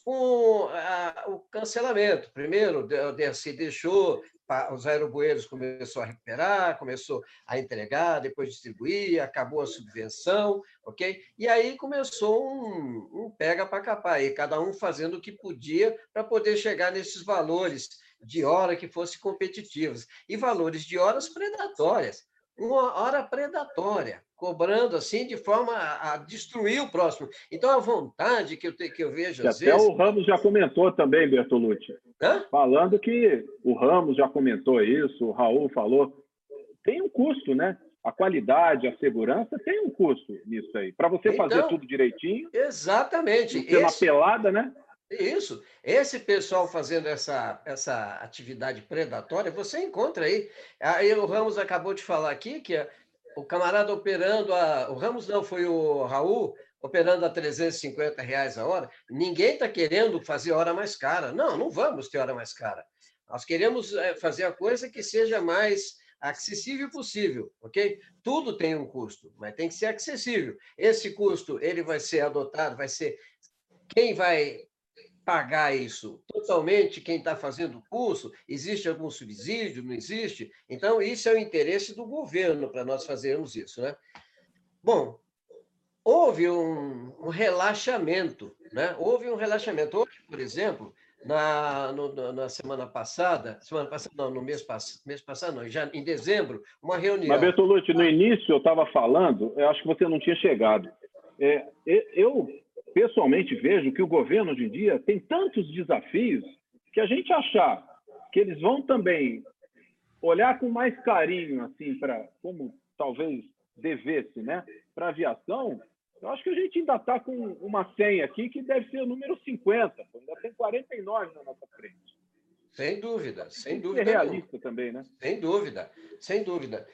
E: com a, o cancelamento. Primeiro, se deixou, os aerobueiros começou a recuperar, começou a entregar, depois distribuir, acabou a subvenção, ok? E aí começou um, um pega para capar, e cada um fazendo o que podia para poder chegar nesses valores de hora que fossem competitivos, e valores de horas predatórias, uma hora predatória, cobrando assim de forma a, a destruir o próximo. Então, a vontade que eu, te, que eu vejo
D: que
E: às
D: até
E: vezes...
D: o Ramos já comentou também, Bertolucci, Hã? falando que o Ramos já comentou isso, o Raul falou, tem um custo, né? A qualidade, a segurança tem um custo nisso aí. Para você
E: então,
D: fazer tudo direitinho.
E: Exatamente.
D: Não ser uma pelada, né?
E: Isso. Esse pessoal fazendo essa, essa atividade predatória, você encontra aí. Aí o Ramos acabou de falar aqui que o camarada operando a... O Ramos não, foi o Raul, operando a trezentos e cinquenta reais a hora. Ninguém está querendo fazer hora mais cara. Não, não vamos ter hora mais cara. Nós queremos fazer a coisa que seja mais acessível possível, ok? Tudo tem um custo, mas tem que ser acessível. Esse custo, ele vai ser adotado, vai ser... Quem vai pagar isso? Totalmente quem está fazendo o curso? Existe algum subsídio? Não existe? Então, isso é o interesse do governo para nós fazermos isso, né? Bom, houve um, um relaxamento, né? Houve um relaxamento. Hoje, por exemplo, na, no, na semana passada, semana passada, não, no mês, pass, mês passado, não, já em dezembro, uma reunião.
D: Mas, Bertolucci, no início eu estava falando, eu acho que você não tinha chegado. É, eu, pessoalmente, vejo que o governo hoje em dia tem tantos desafios que a gente achar que eles vão também olhar com mais carinho, assim, para como talvez devesse, né, para a aviação. Eu acho que a gente ainda está com uma senha aqui que deve ser o número cinquenta, ainda tem quarenta e nove na nossa frente.
E: Sem dúvida, sem
D: tem
E: dúvida.
D: Ser realista não. também, né?
E: Sem dúvida, sem dúvida.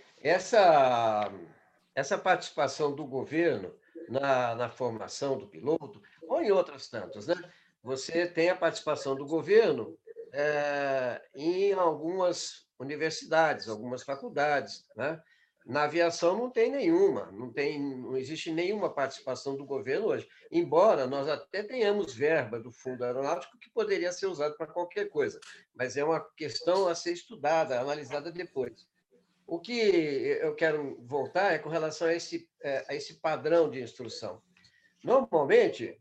E: Essa, essa participação do governo na, na formação do piloto, ou em outras tantas, né? Você tem a participação do governo é, em algumas universidades, algumas faculdades, né? Na aviação não tem nenhuma, não, tem, não existe nenhuma participação do governo hoje, embora nós até tenhamos verba do Fundo Aeronáutico que poderia ser usado para qualquer coisa, mas é uma questão a ser estudada, analisada depois. O que eu quero voltar é com relação a esse, a esse padrão de instrução. Normalmente,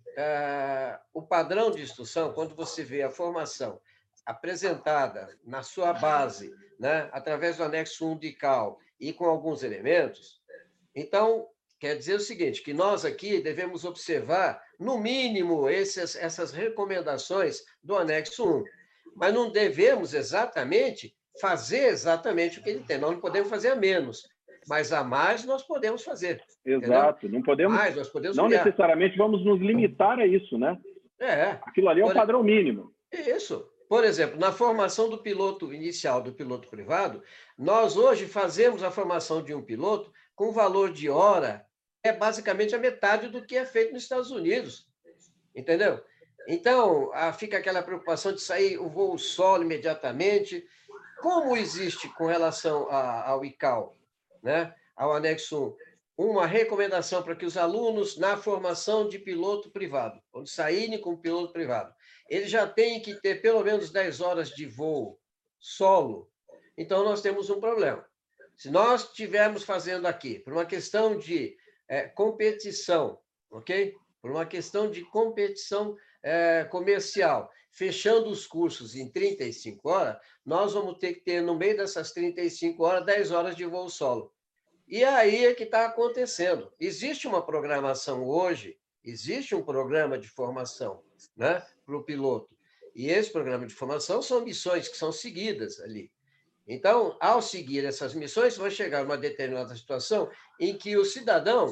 E: o padrão de instrução, quando você vê a formação apresentada na sua base, né, através do anexo um do I C A O, e com alguns elementos, então, quer dizer o seguinte, que nós aqui devemos observar, no mínimo, esses, essas recomendações do anexo um, mas não devemos exatamente fazer exatamente o que ele tem, nós não podemos fazer a menos, mas a mais nós podemos fazer.
D: Exato,
E: entendeu?
D: não podemos,
E: mais, nós podemos
D: não
E: criar.
D: necessariamente vamos nos limitar a isso, né?
E: É.
D: Aquilo ali é um padrão mínimo.
E: Isso. Por exemplo, na formação do piloto inicial, do piloto privado, nós hoje fazemos a formação de um piloto com valor de hora é basicamente a metade do que é feito nos Estados Unidos. Entendeu? Então, fica aquela preocupação de sair o voo solo imediatamente. Como existe com relação ao I C A O, né, ao anexo um, uma recomendação para que os alunos, na formação de piloto privado, quando saírem com piloto privado, eles já têm que ter pelo menos dez horas de voo solo. Então, nós temos um problema. Se nós estivermos fazendo aqui, por uma questão de é, competição, ok? Por uma questão de competição é, comercial, fechando os cursos em trinta e cinco horas, nós vamos ter que ter, no meio dessas trinta e cinco horas, dez horas de voo solo. E aí é que está acontecendo. Existe uma programação hoje, existe um programa de formação, né, para o piloto. E esse programa de formação são missões que são seguidas ali. Então, ao seguir essas missões, vai chegar uma determinada situação em que o cidadão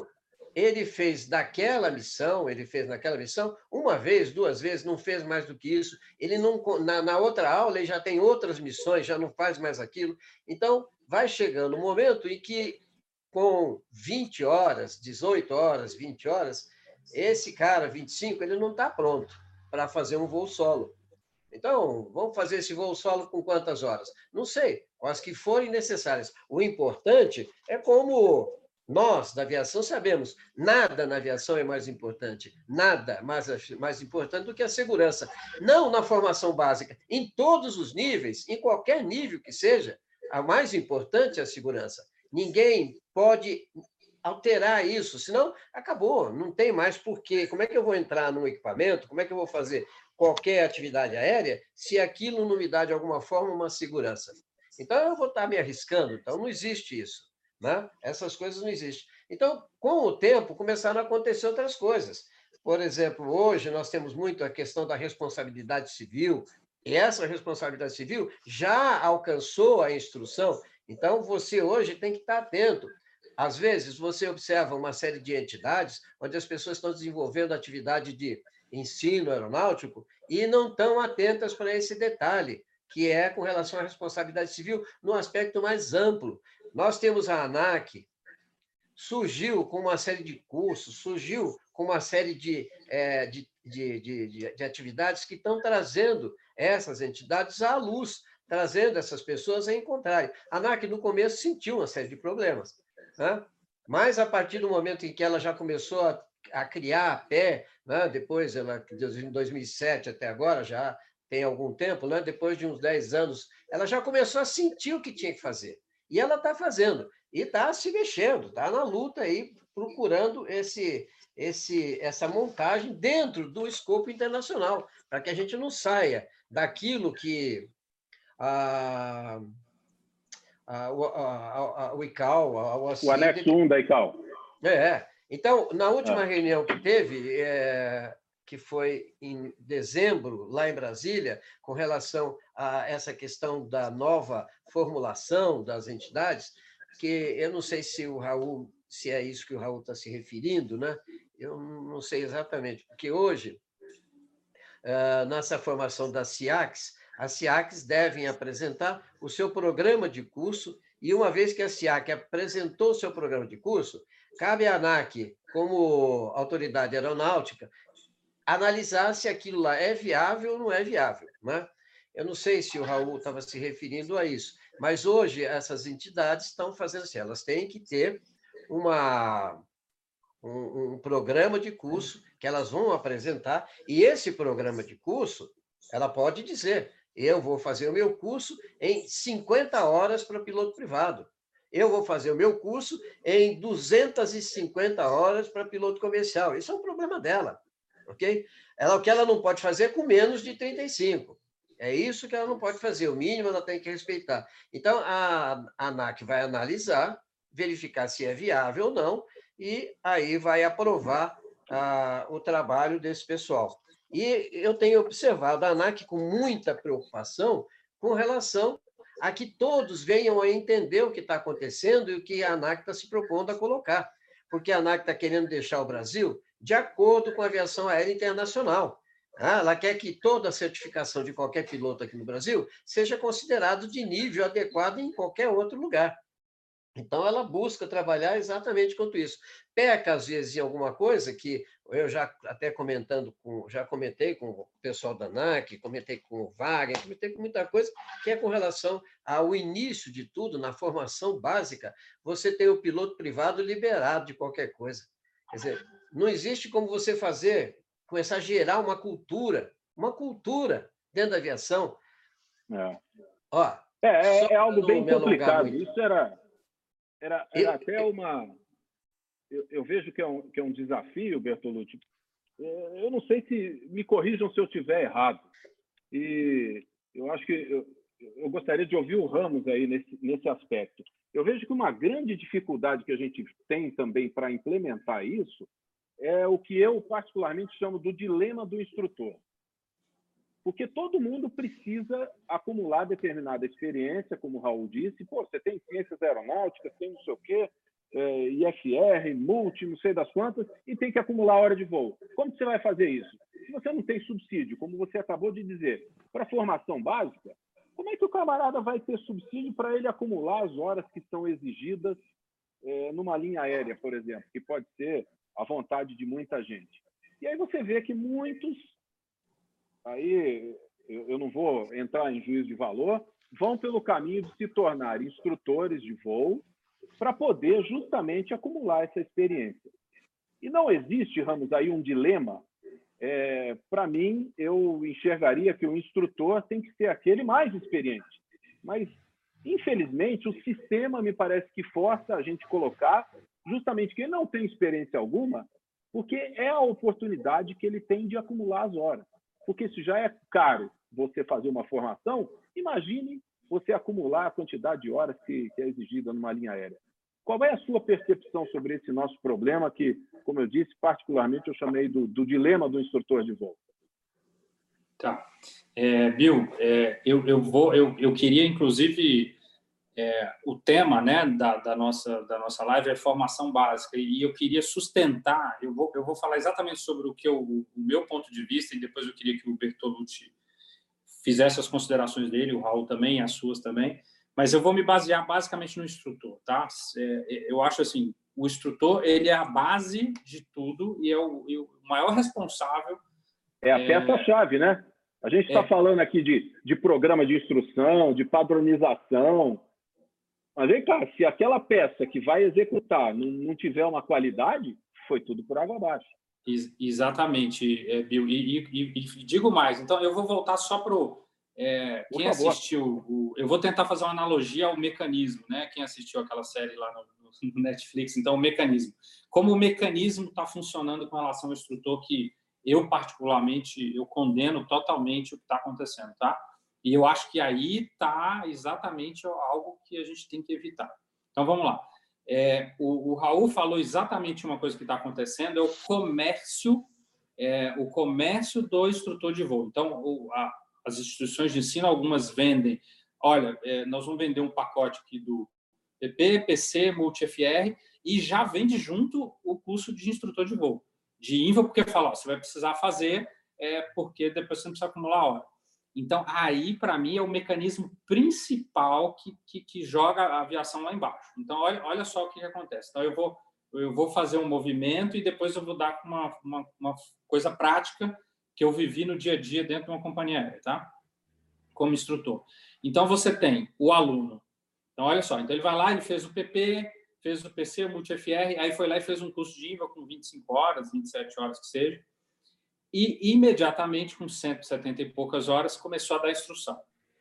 E: ele fez daquela missão, ele fez naquela missão, uma vez, duas vezes, não fez mais do que isso. Ele não, na, na outra aula, ele já tem outras missões, já não faz mais aquilo. Então, vai chegando um momento em que, com vinte horas, dezoito horas, vinte horas, esse cara, vinte e cinco, ele não está pronto para fazer um voo solo. Então, vamos fazer esse voo solo com quantas horas? Não sei, com as que forem necessárias. O importante é como nós, da aviação, sabemos, nada na aviação é mais importante, nada mais, mais importante do que a segurança. Não na formação básica, em todos os níveis, em qualquer nível que seja, a mais importante é a segurança. Ninguém pode alterar isso, senão acabou, não tem mais porquê. Como é que eu vou entrar num equipamento? Como é que eu vou fazer qualquer atividade aérea se aquilo não me dá, de alguma forma, uma segurança? Então, eu vou estar me arriscando. Então, não existe isso, né? Essas coisas não existem. Então, com o tempo, começaram a acontecer outras coisas. Por exemplo, hoje nós temos muito a questão da responsabilidade civil, e essa responsabilidade civil já alcançou a instrução. Então, você hoje tem que estar atento. Às vezes, você observa uma série de entidades onde as pessoas estão desenvolvendo atividade de ensino aeronáutico e não estão atentas para esse detalhe, que é com relação à responsabilidade civil, no aspecto mais amplo. Nós temos a ANAC, surgiu com uma série de cursos, surgiu com uma série de, é, de, de, de, de atividades que estão trazendo essas entidades à luz, trazendo essas pessoas a encontrarem. A ANAC, no começo, sentiu uma série de problemas, né? Mas, a partir do momento em que ela já começou a, a criar a pé, né? Depois, ela, em dois mil e sete até agora, já tem algum tempo, né? Depois de uns dez anos, ela já começou a sentir o que tinha que fazer. E ela está fazendo, e está se mexendo, está na luta aí, procurando esse, esse, essa montagem dentro do escopo internacional, para que a gente não saia daquilo que a, a, a, a, o I C A O, a, a,
D: o anexo um da I C A O.
E: É, então, na última
D: ah.
E: reunião que teve, é, que foi em dezembro, lá em Brasília, com relação a essa questão da nova formulação das entidades, que eu não sei se o Raul, se é isso que o Raul está se referindo, né? Eu não sei exatamente, porque hoje, nessa formação das C I A Cs, as C I A Cs devem apresentar o seu programa de curso, e uma vez que a C I A C apresentou o seu programa de curso, cabe à ANAC, como autoridade aeronáutica, analisar se aquilo lá é viável ou não é viável, né? Eu não sei se o Raul estava se referindo a isso, mas hoje essas entidades estão fazendo assim, elas têm que ter uma, um, um programa de curso que elas vão apresentar, e esse programa de curso, ela pode dizer, eu vou fazer o meu curso em cinquenta horas para piloto privado, eu vou fazer o meu curso em duzentas e cinquenta horas para piloto comercial. Isso é um problema dela, ok? Ela, o que ela não pode fazer é com menos de trinta e cinco. É isso que ela não pode fazer, o mínimo ela tem que respeitar. Então, a, a ANAC vai analisar, verificar se é viável ou não, e aí vai aprovar ah, o trabalho desse pessoal. E eu tenho observado a ANAC com muita preocupação com relação a que todos venham a entender o que está acontecendo e o que a ANAC está se propondo a colocar. Porque a ANAC está querendo deixar o Brasil de acordo com a aviação aérea internacional. Ela quer que toda a certificação de qualquer piloto aqui no Brasil seja considerado de nível adequado em qualquer outro lugar. Então, ela busca trabalhar exatamente quanto isso. Peca, às vezes, em alguma coisa que eu já até comentando, com, já comentei com o pessoal da ANAC, comentei com o Wagner, comentei com muita coisa, que é com relação ao início de tudo, na formação básica, você tem o piloto privado liberado de qualquer coisa. Quer dizer, não existe como você fazer, começar a gerar uma cultura, uma cultura dentro da aviação.
D: É,
E: Ó,
D: é, é, é algo bem complicado.
E: Muito.
D: Isso era... Era, era eu, até uma... Eu, eu vejo que é, um, que é um desafio, Bertolucci. Eu não sei se... Me corrijam se eu estiver errado. E eu acho que... Eu, eu gostaria de ouvir o Ramos aí nesse, nesse aspecto. Eu vejo que uma grande dificuldade que a gente tem também para implementar isso é o que eu particularmente chamo do dilema do instrutor. Porque todo mundo precisa acumular determinada experiência, como o Raul disse. Pô, você tem ciências aeronáuticas, tem não sei o quê. é, I F R, multi, não sei das quantas, e tem que acumular hora de voo. Como você vai fazer isso? Se você não tem subsídio, como você acabou de dizer, para formação básica, como é que o camarada vai ter subsídio para ele acumular as horas que são exigidas é, numa linha aérea, por exemplo, que pode ser à vontade de muita gente? E aí você vê que muitos, aí eu, eu não vou entrar em juízo de valor, vão pelo caminho de se tornar instrutores de voo para poder justamente acumular essa experiência. E não existe, Ramos, aí um dilema. É, para mim, eu enxergaria que o instrutor tem que ser aquele mais experiente. Mas, infelizmente, o sistema me parece que força a gente colocar justamente quem não tem experiência alguma, porque é a oportunidade que ele tem de acumular as horas. Porque se já é caro você fazer uma formação, imagine você acumular a quantidade de horas que, que é exigida numa linha aérea. Qual é a sua percepção sobre esse nosso problema que, como eu disse, particularmente eu chamei do, do dilema do instrutor de voo?
A: Tá. É, Bill, é, eu, eu, vou, eu, eu queria, inclusive, é, o tema, né, da, da, nossa, da nossa live é formação básica, e eu queria sustentar, eu vou, eu vou falar exatamente sobre o, que eu, o meu ponto de vista, e depois eu queria que o Bertolucci fizesse as considerações dele, o Raul também, as suas também, mas eu vou me basear basicamente no instrutor, tá? Eu acho assim, o instrutor, ele é a base de tudo e é o, e o maior responsável.
D: É a peça-chave, né? A gente está é, falando aqui de, de programa de instrução, de padronização, mas vem cá, se aquela peça que vai executar não, não tiver uma qualidade, foi tudo por água abaixo.
A: Ex exatamente, Bill. E, e, e digo mais, então eu vou voltar só para o... É, quem assistiu, o, eu vou tentar fazer uma analogia ao Mecanismo, né? Quem assistiu aquela série lá no, no Netflix, então o Mecanismo. Como o mecanismo está funcionando com relação ao instrutor, que eu particularmente, eu condeno totalmente o que está acontecendo, tá? E eu acho que aí está exatamente algo que a gente tem que evitar. Então vamos lá. É, o, o Raul falou exatamente uma coisa que está acontecendo, é o comércio, é, o comércio do instrutor de voo. Então, o, a, as instituições de ensino, algumas vendem, olha, é, nós vamos vender um pacote aqui do P P, P C, Multi-F R, e já vende junto o curso de instrutor de voo. De I N V A, porque fala, ó, você vai precisar fazer, é, porque depois você não precisa acumular hora. Então, aí, para mim, é o mecanismo principal que, que, que joga a aviação lá embaixo. Então, olha, olha só o que, que acontece. Então, eu vou, eu vou fazer um movimento e depois eu vou dar uma, uma, uma coisa prática que eu vivi no dia a dia dentro de uma companhia aérea, tá? Como instrutor. Então, você tem o aluno. Então, olha só. Então, ele vai lá, ele fez o P P, fez o P C, o Multi-F R, aí foi lá e fez um curso de I N V A com vinte e cinco horas, vinte e sete horas que seja. E, imediatamente, com cento e setenta e poucas horas, começou a dar instrução.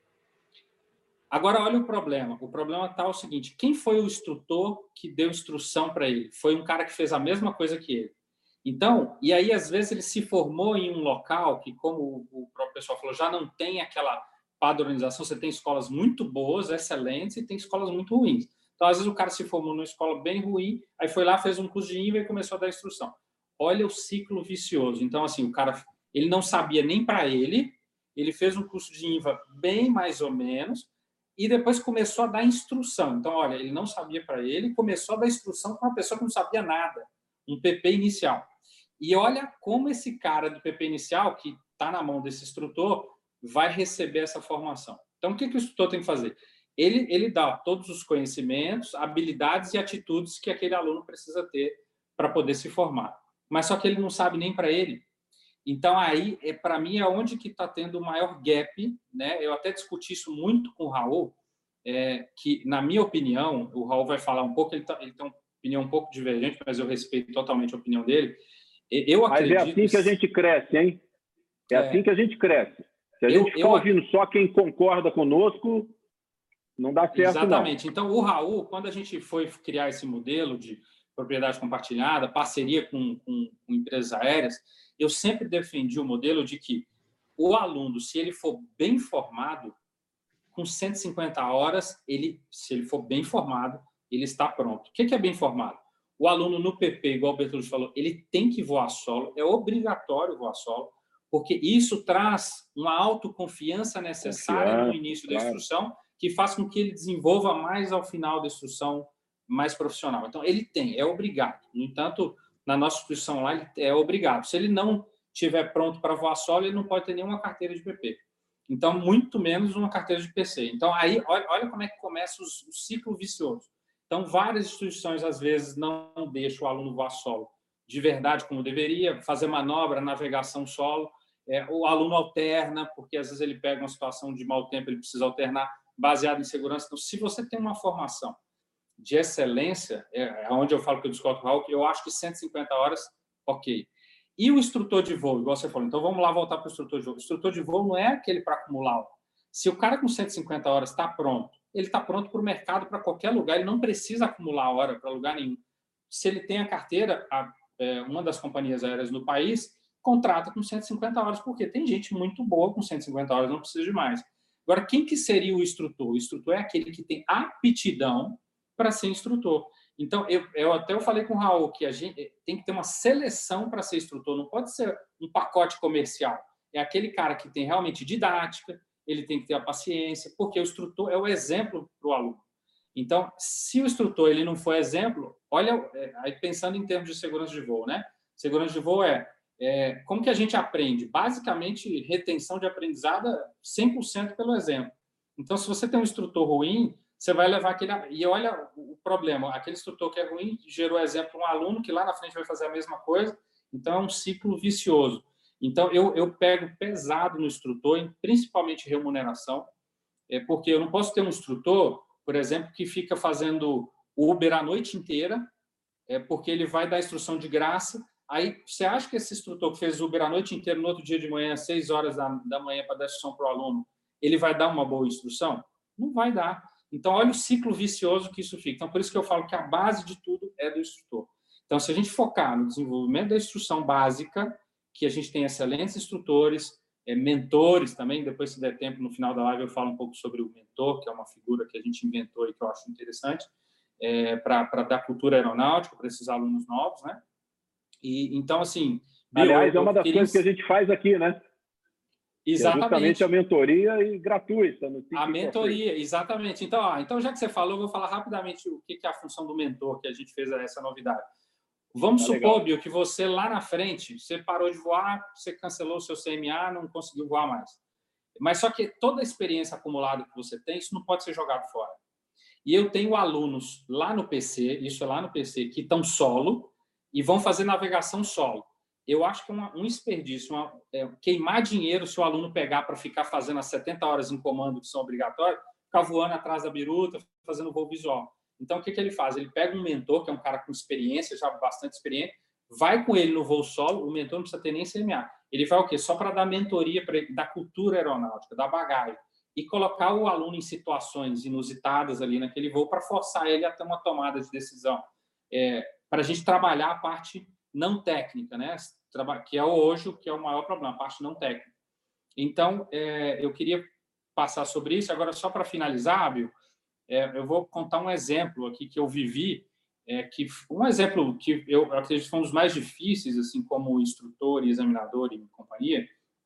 A: Agora, olha o problema. O problema está o seguinte, quem foi o instrutor que deu instrução para ele? Foi um cara que fez a mesma coisa que ele. Então, e aí, às vezes, ele se formou em um local que, como o próprio pessoal falou, já não tem aquela padronização. Você tem escolas muito boas, excelentes, e tem escolas muito ruins. Então, às vezes, o cara se formou numa escola bem ruim, aí foi lá, fez um curso de I N V A e começou a dar instrução. Olha o ciclo vicioso. Então, assim, o cara, ele não sabia nem para ele, ele fez um curso de I N V A bem mais ou menos, e depois começou a dar instrução. Então, olha, ele não sabia para ele, começou a dar instrução para uma pessoa que não sabia nada, um P P inicial. E olha como esse cara do P P inicial, que está na mão desse instrutor, vai receber essa formação. Então, o que, que o instrutor tem que fazer? Ele, ele dá todos os conhecimentos, habilidades e atitudes que aquele aluno precisa ter para poder se formar. Mas só que ele não sabe nem para ele. Então, aí, é, para mim, é onde que está tendo o maior gap, né? Eu até discuti isso muito com o Raul, é, que, na minha opinião, o Raul vai falar um pouco, ele, tá, ele tem uma opinião um pouco divergente, mas eu respeito totalmente a opinião dele. Eu acredito...
D: Mas é assim que a gente cresce, hein? É, é assim que a gente cresce. Se a
A: eu,
D: gente ficar
A: eu...
D: ouvindo só quem concorda conosco, não dá certo,
A: Exatamente.
D: Não.
A: Então, o Raul, quando a gente foi criar esse modelo de propriedade compartilhada, parceria com, com, com empresas aéreas, eu sempre defendi o modelo de que o aluno, se ele for bem formado, com cento e cinquenta horas, ele, se ele for bem formado, ele está pronto. O que é bem formado? O aluno no P P, igual o Bertolucci falou, ele tem que voar solo, é obrigatório voar solo, porque isso traz uma autoconfiança necessária Confiança, no início da instrução, claro. que faz com que ele desenvolva mais ao final da instrução mais profissional. Então, ele tem, é obrigado. No entanto, na nossa instituição lá, ele é obrigado. Se ele não estiver pronto para voar solo, ele não pode ter nenhuma carteira de P P. Então, muito menos uma carteira de P C. Então, aí, olha, olha como é que começa o, o ciclo vicioso. Então, várias instituições, às vezes, não deixam o aluno voar solo de verdade como deveria, fazer manobra, navegação solo. É, o aluno alterna, porque, às vezes, ele pega uma situação de mau tempo, ele precisa alternar, baseado em segurança. Então, se você tem uma formação de excelência, é onde eu falo que eu discordo com o Raul, eu acho que cento e cinquenta horas, ok. E o instrutor de voo, igual você falou, então vamos lá voltar para o instrutor de voo. O instrutor de voo não é aquele para acumular. Se o cara com cento e cinquenta horas está pronto, ele está pronto para o mercado, para qualquer lugar, ele não precisa acumular hora para lugar nenhum. Se ele tem a carteira, a, é, uma das companhias aéreas no país contrata com cento e cinquenta horas, porque tem gente muito boa com cento e cinquenta horas, não precisa de mais. Agora, quem que seria o instrutor? O instrutor é aquele que tem aptidão para ser instrutor. Então, eu, eu até eu falei com o Raul que a gente tem que ter uma seleção para ser instrutor, não pode ser um pacote comercial. É aquele cara que tem realmente didática, ele tem que ter a paciência, porque o instrutor é o exemplo para o aluno. Então, se o instrutor ele não for exemplo, olha, aí pensando em termos de segurança de voo, né? Segurança de voo é, é como que a gente aprende? Basicamente, retenção de aprendizado cem por cento pelo exemplo. Então, se você tem um instrutor ruim, você vai levar aquele... E olha o problema, aquele instrutor que é ruim gerou exemplo para um aluno que lá na frente vai fazer a mesma coisa, então é um ciclo vicioso. Então, eu, eu pego pesado no instrutor, principalmente remuneração, é porque eu não posso ter um instrutor, por exemplo, que fica fazendo Uber a noite inteira, é porque ele vai dar instrução de graça. Aí, você acha que esse instrutor que fez Uber a noite inteira, no outro dia de manhã, às seis horas da, da manhã, para dar instrução para o aluno, ele vai dar uma boa instrução? Não vai dar. Então, olha o ciclo vicioso que isso fica. Então, por isso que eu falo que a base de tudo é do instrutor. Então, se a gente focar no desenvolvimento da instrução básica, que a gente tem excelentes instrutores, é, mentores também, depois, se der tempo, no final da live eu falo um pouco sobre o mentor, que é uma figura que a gente inventou e que eu acho interessante, é, para dar cultura aeronáutica para esses alunos novos, né? E, então, assim...
D: Aliás,
A: eu,
D: é uma das
A: queria...
D: coisas que a gente faz aqui, né?
A: Exatamente.
D: É justamente a mentoria e gratuita. No
A: a mentoria, exatamente. Então, ó, então, já que você falou, eu vou falar rapidamente o que é a função do mentor, que a gente fez essa novidade. Vamos tá supor, legal. Bill, que você lá na frente, você parou de voar, você cancelou o seu C M A, não conseguiu voar mais. Mas só que toda a experiência acumulada que você tem, isso não pode ser jogado fora. E eu tenho alunos lá no P C, isso é lá no P C, que estão solo e vão fazer navegação solo. Eu acho que é uma, um desperdício, uma, é, queimar dinheiro se o aluno pegar para ficar fazendo as setenta horas em comando que são obrigatórias, ficar voando atrás da biruta, fazendo voo visual. Então, o que, que ele faz? Ele pega um mentor, que é um cara com experiência, já bastante experiente, vai com ele no voo solo, o mentor não precisa ter nem C M A. Ele vai o quê? Só para dar mentoria para ele, da cultura aeronáutica, da bagagem, e colocar o aluno em situações inusitadas ali naquele voo para forçar ele a ter uma tomada de decisão. É, para a gente trabalhar a parte não técnica, né? Que é hoje o que é o maior problema, a parte não técnica. Então, é, eu queria passar sobre isso. Agora, só para finalizar, Bill, é, eu vou contar um exemplo aqui que eu vivi, é, que um exemplo que eu acredito que foi um dos mais difíceis, assim, como instrutor e examinador e companhia,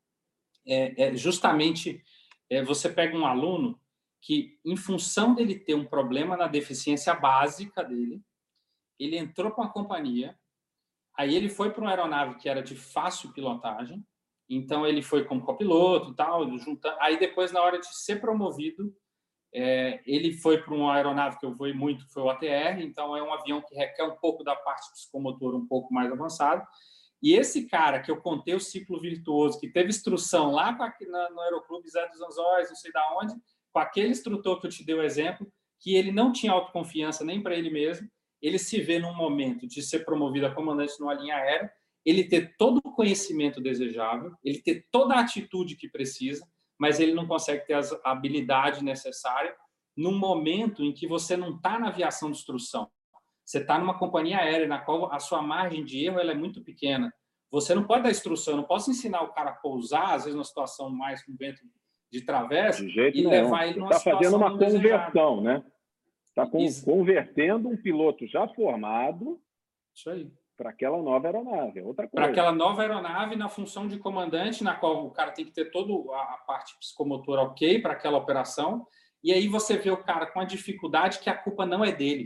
A: é, é justamente é, você pega um aluno que, em função dele ter um problema na deficiência básica dele, ele entrou para uma companhia. Aí ele foi para uma aeronave que era de fácil pilotagem, então ele foi como copiloto e tal, juntando. Aí depois, na hora de ser promovido, é, ele foi para uma aeronave que eu voei muito, que foi o A T R, então é um avião que requer um pouco da parte psicomotora um pouco mais avançada. E esse cara que eu contei o ciclo virtuoso, que teve instrução lá com a, na, no Aeroclube Zé dos Anzóis, não sei de onde, com aquele instrutor que eu te dei o exemplo, que ele não tinha autoconfiança nem para ele mesmo, ele se vê num momento de ser promovido a comandante numa linha aérea, ele ter todo o conhecimento desejável, ele ter toda a atitude que precisa, mas ele não consegue ter a habilidade necessária num momento em que você não está na aviação de instrução. Você está numa companhia aérea na qual a sua margem de erro ela é muito pequena. Você não pode dar instrução, eu não posso ensinar o cara a pousar, às vezes numa situação mais com vento de travessa,
D: de jeito
A: e
D: nenhum.
A: levar ele numa
D: tá
A: situação
D: fazendo uma conversão,
A: desejada.
D: né? Está convertendo um piloto já formado para aquela nova aeronave. É outra coisa.
A: Para aquela nova aeronave na função de comandante, na qual o cara tem que ter toda a parte psicomotora ok para aquela operação. E aí você vê o cara com a dificuldade que a culpa não é dele.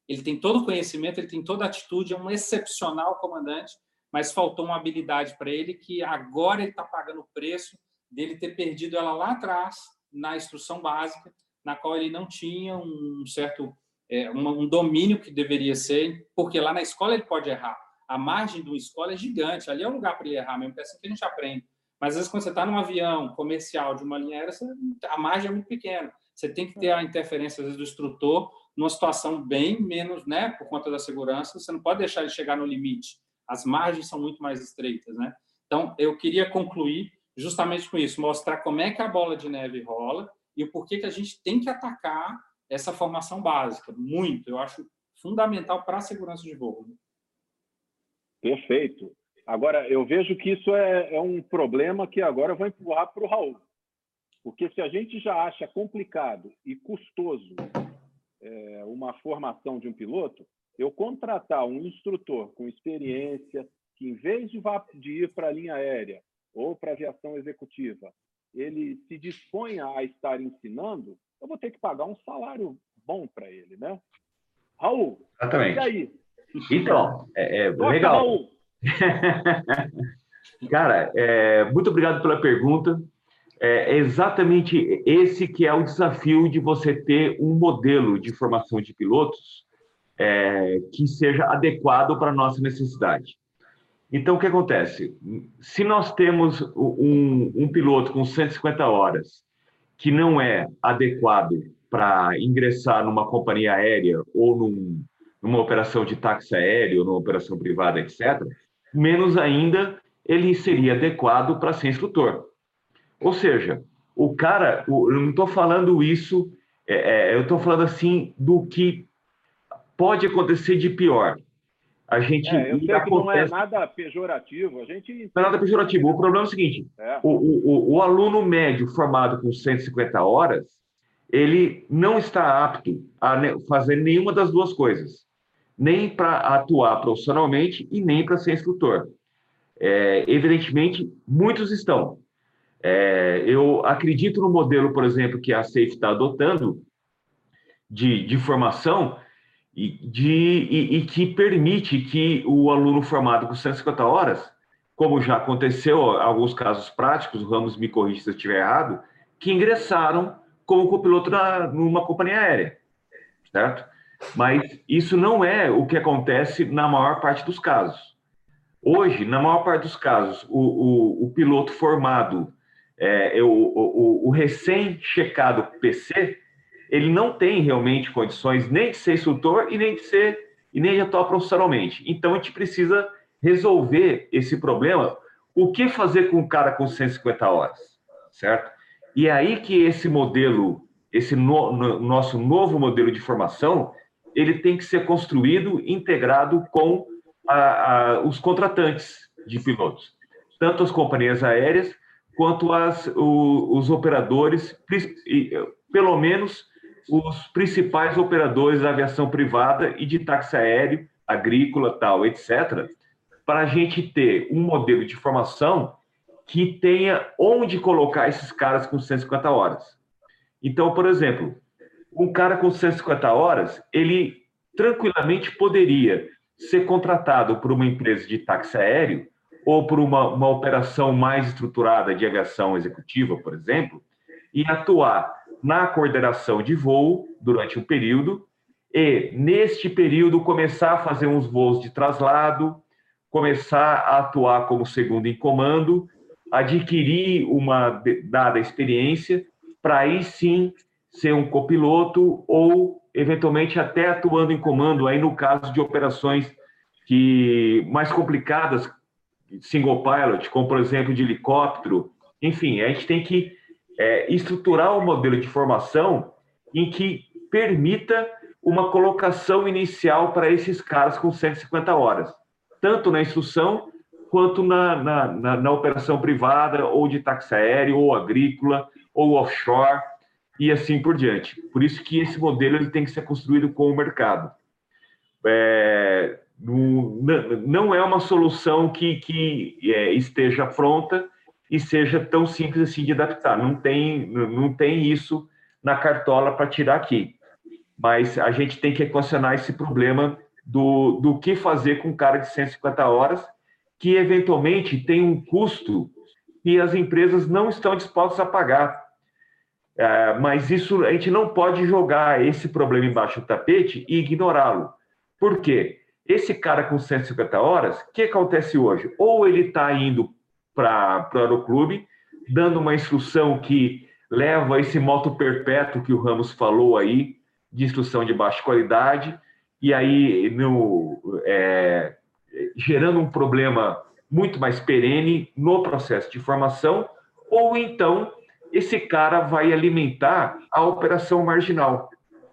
A: ele tem todo o conhecimento, ele tem toda a atitude, é um excepcional comandante, mas faltou uma habilidade para ele que agora ele está pagando o preço dele ter perdido ela lá atrás, na instrução básica, na qual ele não tinha um certo é, um, um domínio que deveria ser, porque lá na escola ele pode errar. A margem de uma escola é gigante, ali é o lugar para ele errar mesmo, porque é assim que a gente aprende. Mas, às vezes, quando você está num avião comercial de uma linha aérea, você, a margem é muito pequena. Você tem que ter a interferência, às vezes, do instrutor numa situação bem menos, né, por conta da segurança. Você não pode deixar ele chegar no limite. As margens são muito mais estreitas, né? Então, eu queria concluir justamente com isso, mostrar como é que a bola de neve rola e o porquê que a gente tem que atacar essa formação básica. Muito. Eu acho fundamental para a segurança de voo.
D: Perfeito. Agora, eu vejo que isso é, é um problema que agora eu vou empurrar para o Raul. Porque se a gente já acha complicado e custoso é, uma formação de um piloto, eu contratar um instrutor com experiência, que em vez de, de ir para a linha aérea ou para a aviação executiva, ele se disponha a estar ensinando, eu vou ter que pagar um salário bom para ele, né? Raul,
C: exatamente.
D: E aí?
C: Então, é, é
D: Toca,
C: legal.
D: Raul.
C: Cara, é, muito obrigado pela pergunta. É exatamente esse que é o desafio de você ter um modelo de formação de pilotos é, que seja adequado para a nossa necessidade. Então, o que acontece? Se nós temos um, um piloto com cento e cinquenta horas que não é adequado para ingressar numa companhia aérea ou num, numa operação de táxi aéreo, numa operação privada, etcétera, menos ainda ele seria adequado para ser instrutor. Ou seja, o cara, eu não estou falando isso, é, eu estou falando assim do que pode acontecer de pior. A gente
D: é, eu sei
C: acontece...
D: que não é nada pejorativo. A gente...
C: Não é nada pejorativo. O problema é o seguinte,
D: é.
C: o, o, o aluno médio formado com cento e cinquenta horas, ele não está apto a fazer nenhuma das duas coisas, nem para atuar profissionalmente e nem para ser instrutor. É, evidentemente, muitos estão. É, eu acredito no modelo, por exemplo, que a SAFE está adotando de, de formação e, de, e, e que permite que o aluno formado com cento e cinquenta horas, como já aconteceu em alguns casos práticos, o Ramos me corrige se eu estiver errado, que ingressaram como copiloto na, numa companhia aérea, certo? Mas isso não é o que acontece na maior parte dos casos. Hoje, na maior parte dos casos, o, o, o piloto formado, é, o, o, o recém-checado P C, ele não tem realmente condições nem de ser instrutor e nem de ser e nem de atuar profissionalmente. Então, a gente precisa resolver esse problema. O que fazer com um cara com cento e cinquenta horas, certo? E é aí que esse modelo, esse no, no, nosso novo modelo de formação, ele tem que ser construído integrado com a, a, os contratantes de pilotos, tanto as companhias aéreas quanto as, o, os operadores, pelo menos os principais operadores da aviação privada e de táxi aéreo, agrícola, tal, etcétera, para a gente ter um modelo de formação que tenha onde colocar esses caras com cento e cinquenta horas. Então, por exemplo, um cara com cento e cinquenta horas, ele tranquilamente poderia ser contratado por uma empresa de táxi aéreo ou por uma, uma operação mais estruturada de aviação executiva, por exemplo, e atuar na coordenação de voo durante um período e, neste período, começar a fazer uns voos de traslado, começar a atuar como segundo em comando, adquirir uma dada experiência para aí sim ser um copiloto ou, eventualmente, até atuando em comando, aí no caso de operações que, mais complicadas, single pilot, como, por exemplo, de helicóptero. Enfim, a gente tem que é, estruturar um modelo de formação em que permita uma colocação inicial para esses caras com cento e cinquenta horas, tanto na instrução quanto na, na, na, na operação privada, ou de táxi aéreo, ou agrícola, ou offshore, e assim por diante. Por isso que esse modelo ele tem que ser construído com o mercado. É, não é uma solução que, que é, esteja pronta e seja tão simples assim de adaptar. Não tem, não tem isso na cartola para tirar aqui. mas a gente tem que equacionar esse problema do, do que fazer com um cara de cento e cinquenta horas, que eventualmente tem um custo que as empresas não estão dispostas a pagar. É, mas isso, a gente não pode jogar esse problema embaixo do tapete e ignorá-lo. Por quê? Esse cara com cento e cinquenta horas, o que acontece hoje? Ou ele está indo para o aeroclube, dando uma instrução que leva a esse moto perpétuo que o Ramos falou aí, de instrução de baixa qualidade, e aí no, é, gerando um problema muito mais perene no processo de formação, ou então esse cara vai alimentar a operação marginal.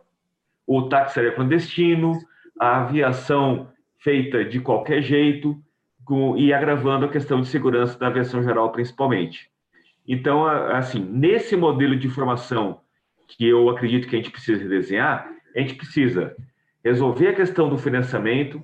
C: O táxi aéreo clandestino, a aviação feita de qualquer jeito, com, e agravando a questão de segurança da aviação geral, principalmente. Então, assim, nesse modelo de formação que eu acredito que a gente precisa redesenhar, a gente precisa resolver a questão do financiamento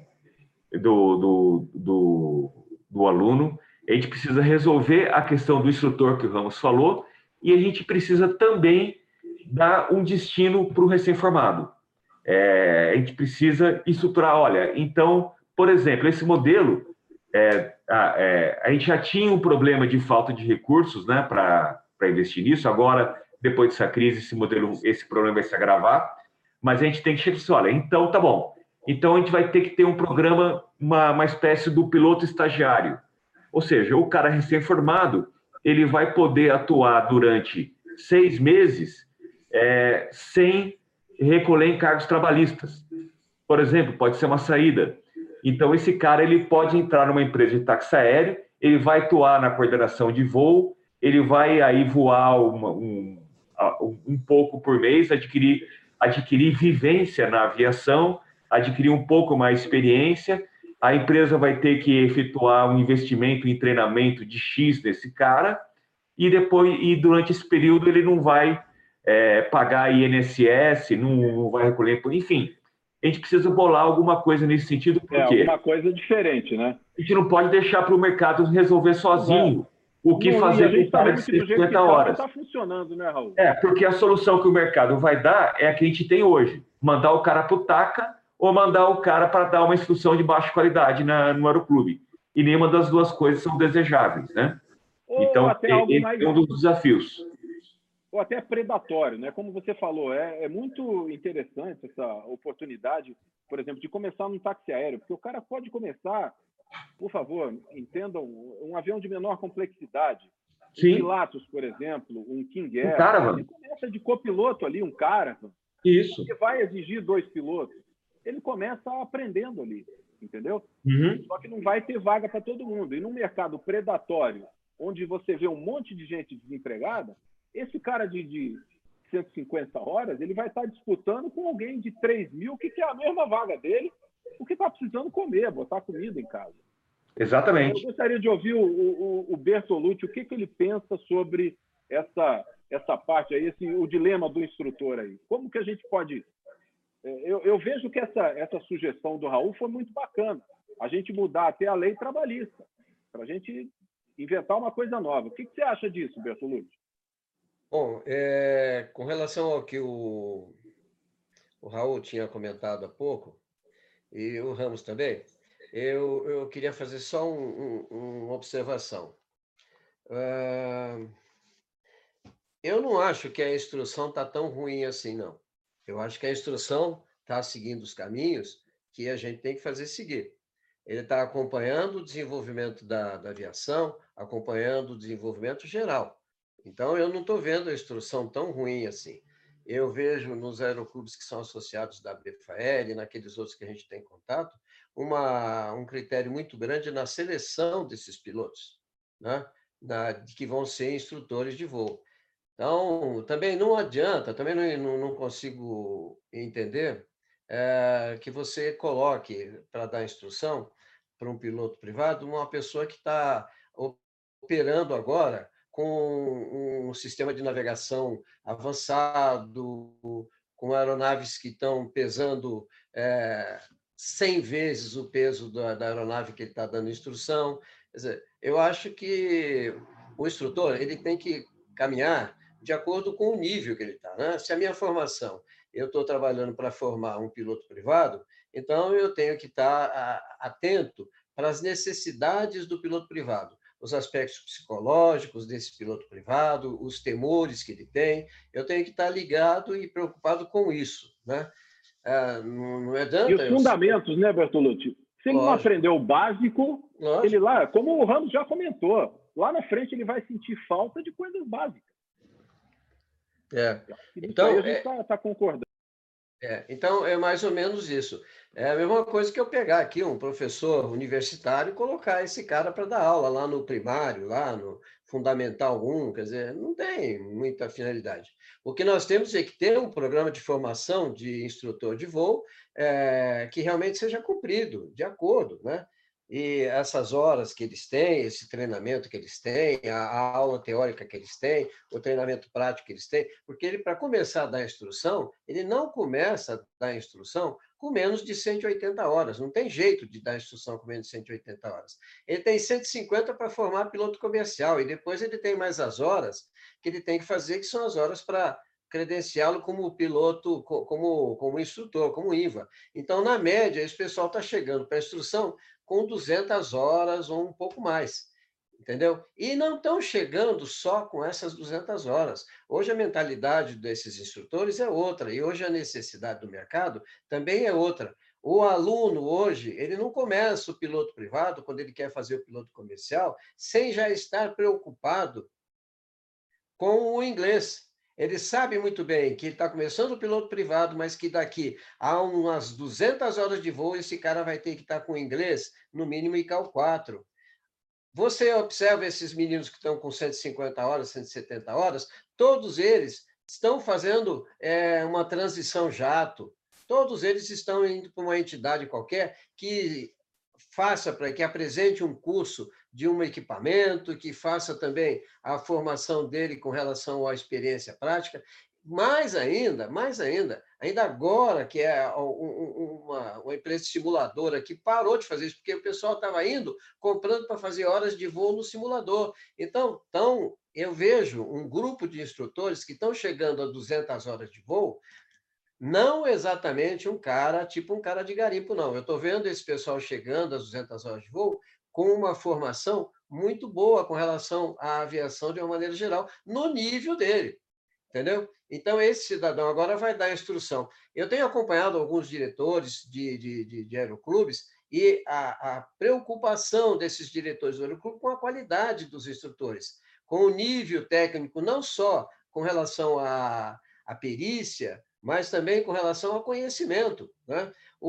C: do, do, do, do aluno, a gente precisa resolver a questão do instrutor que o Ramos falou, e a gente precisa também dar um destino para o recém-formado. É, a gente precisa estruturar, olha, então, por exemplo, esse modelo, é, a, é, a gente já tinha um problema de falta de recursos, né, para investir nisso, agora, depois dessa crise, esse modelo, esse problema vai se agravar, mas a gente tem que chegar assim, olha, então tá bom, então a gente vai ter que ter um programa, uma, uma espécie do piloto estagiário, ou seja, o cara recém-formado, ele vai poder atuar durante seis meses é, sem recolher encargos trabalhistas. Por exemplo, pode ser uma saída. Então, esse cara ele pode entrar numa empresa de táxi aéreo, ele vai atuar na coordenação de voo, ele vai aí voar uma, um, um pouco por mês, adquirir, adquirir vivência na aviação, adquirir um pouco mais de experiência, a empresa vai ter que efetuar um investimento em treinamento de X desse cara, e depois, e durante esse período ele não vai é, pagar I N S S, não, não vai recolher, enfim, a gente precisa bolar alguma coisa nesse sentido, porque
D: é alguma coisa diferente, né?
C: A gente não pode deixar para o mercado resolver sozinho o que
D: não,
C: fazer com o cara de cinquenta horas.
D: Não está funcionando, né, Raul?
C: É, porque a solução que o mercado vai dar é a que a gente tem hoje, mandar o cara para o TACA ou mandar o cara para dar uma instrução de baixa qualidade na, no aeroclube. E nenhuma das duas coisas são desejáveis, né?
D: Ou
C: então,
D: até algo
C: esse
D: mais...
C: é um dos desafios.
D: Ou até predatório, né? Como você falou, é, é muito interessante essa oportunidade, por exemplo, de começar num táxi aéreo, porque o cara pode começar, por favor, entendam, um avião de menor complexidade.
C: Sim.
D: Um Pilatus, por exemplo, um King Air.
C: Um cara,
D: ele começa de copiloto ali, um cara.
C: Isso.
D: Que vai exigir dois pilotos. Ele começa aprendendo ali, entendeu?
C: Uhum.
D: Só que não vai ter vaga para todo mundo. E num mercado predatório, onde você vê um monte de gente desempregada, esse cara de, de cento e cinquenta horas, ele vai estar disputando com alguém de três mil, que quer a mesma vaga dele, o que está precisando comer, botar comida em casa.
C: Exatamente.
D: Eu gostaria de ouvir o, o, o Bertolucci, o que, que ele pensa sobre essa, essa parte aí, esse, o dilema do instrutor aí. Como que a gente pode... Eu, eu vejo que essa, essa sugestão do Raul foi muito bacana. A gente mudar até a lei trabalhista, para a gente inventar uma coisa nova. O que, que você acha disso, Bertolucci?
E: Bom, é, com relação ao que o, o Raul tinha comentado há pouco, e o Ramos também, eu, eu queria fazer só um, um, uma observação. Uh, eu não acho que a instrução está tão ruim assim, não. Eu acho que a instrução está seguindo os caminhos que a gente tem que fazer seguir. Ele está acompanhando o desenvolvimento da, da aviação, acompanhando o desenvolvimento geral. Então, eu não estou vendo a instrução tão ruim assim. Eu vejo nos aeroclubes que são associados da Abrafael e naqueles outros que a gente tem contato, uma, um critério muito grande na seleção desses pilotos, né? Na, de que vão ser instrutores de voo. Então, também não adianta, também não, não consigo entender é, que você coloque para dar instrução para um piloto privado uma pessoa que está operando agora com um sistema de navegação avançado, com aeronaves que estão pesando é, cem vezes o peso da, da aeronave que ele está dando instrução. Quer dizer, eu acho que o instrutor ele tem que caminhar de acordo com o nível que ele está, né? Se a minha formação eu estou trabalhando para formar um piloto privado, então eu tenho que estar atento para as necessidades do piloto privado, os aspectos psicológicos desse piloto privado, os temores que ele tem, eu tenho que estar ligado e preocupado com isso, né? Ah, não, não adianta...
D: E os fundamentos,
E: eu...
D: né, Bertolucci? Se ele
E: Lógico.
D: não aprendeu o básico,
E: Lógico.
D: ele lá, como o Ramos já comentou, lá na frente ele vai sentir falta de coisas básicas.
E: É.
D: Então, aí a gente
E: é...
D: está tá concordando.
E: É, então, é mais ou menos isso. É a mesma coisa que eu pegar aqui um professor universitário e colocar esse cara para dar aula lá no primário, lá no Fundamental um, quer dizer, não tem muita finalidade. O que nós temos é que ter um programa de formação de instrutor de voo é, que realmente seja cumprido, de acordo, né? E essas horas que eles têm, esse treinamento que eles têm, a, a aula teórica que eles têm, o treinamento prático que eles têm, porque ele, para começar a dar instrução, ele não começa a dar instrução com menos de cento e oitenta horas, não tem jeito de dar instrução com menos de cento e oitenta horas. Ele tem cento e cinquenta para formar piloto comercial, e depois ele tem mais as horas que ele tem que fazer, que são as horas para credenciá-lo como piloto, como, como instrutor, como I V A. Então, na média, esse pessoal está chegando para a instrução com duzentas horas ou um pouco mais, entendeu? E não estão chegando só com essas duzentas horas. Hoje a mentalidade desses instrutores é outra, e hoje a necessidade do mercado também é outra. O aluno hoje, ele não começa o piloto privado, quando ele quer fazer o piloto comercial, sem já estar preocupado com o inglês. Ele sabe muito bem que ele está começando o piloto privado, mas que daqui a umas duzentas horas de voo, esse cara vai ter que estar com inglês, no mínimo I C A O quatro. Você observa esses meninos que estão com cento e cinquenta horas, cento e setenta horas, todos eles estão fazendo é, uma transição jato, todos eles estão indo para uma entidade qualquer que faça para que apresente um curso de um equipamento, que faça também a formação dele com relação à experiência prática. Mais ainda, mais ainda, ainda agora que é uma, uma empresa simuladora que parou de fazer isso, porque o pessoal estava indo, comprando para fazer horas de voo no simulador. Então, então, eu vejo um grupo de instrutores que estão chegando a duzentas horas de voo, não exatamente um cara, tipo um cara de garimpo, não. Eu estou vendo esse pessoal chegando às duzentas horas de voo com uma formação muito boa com relação à aviação de uma maneira geral, no nível dele, entendeu? Então, esse cidadão agora vai dar instrução. Eu tenho acompanhado alguns diretores de, de, de, de aeroclubes e a, a preocupação desses diretores do aeroclube com a qualidade dos instrutores, com o nível técnico, não só com relação à, à perícia, mas também com relação ao conhecimento, né?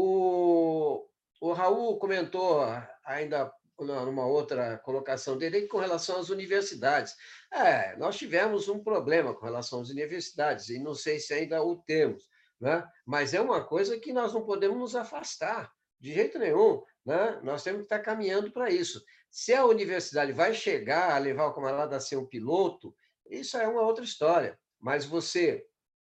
E: O, o Raul comentou ainda numa outra colocação dele com relação às universidades. É, nós tivemos um problema com relação às universidades, e não sei se ainda o temos, né? Mas é uma coisa que nós não podemos nos afastar, de jeito nenhum, né? Nós temos que estar caminhando para isso. Se a universidade vai chegar a levar o camarada a ser um piloto, isso é uma outra história, mas você...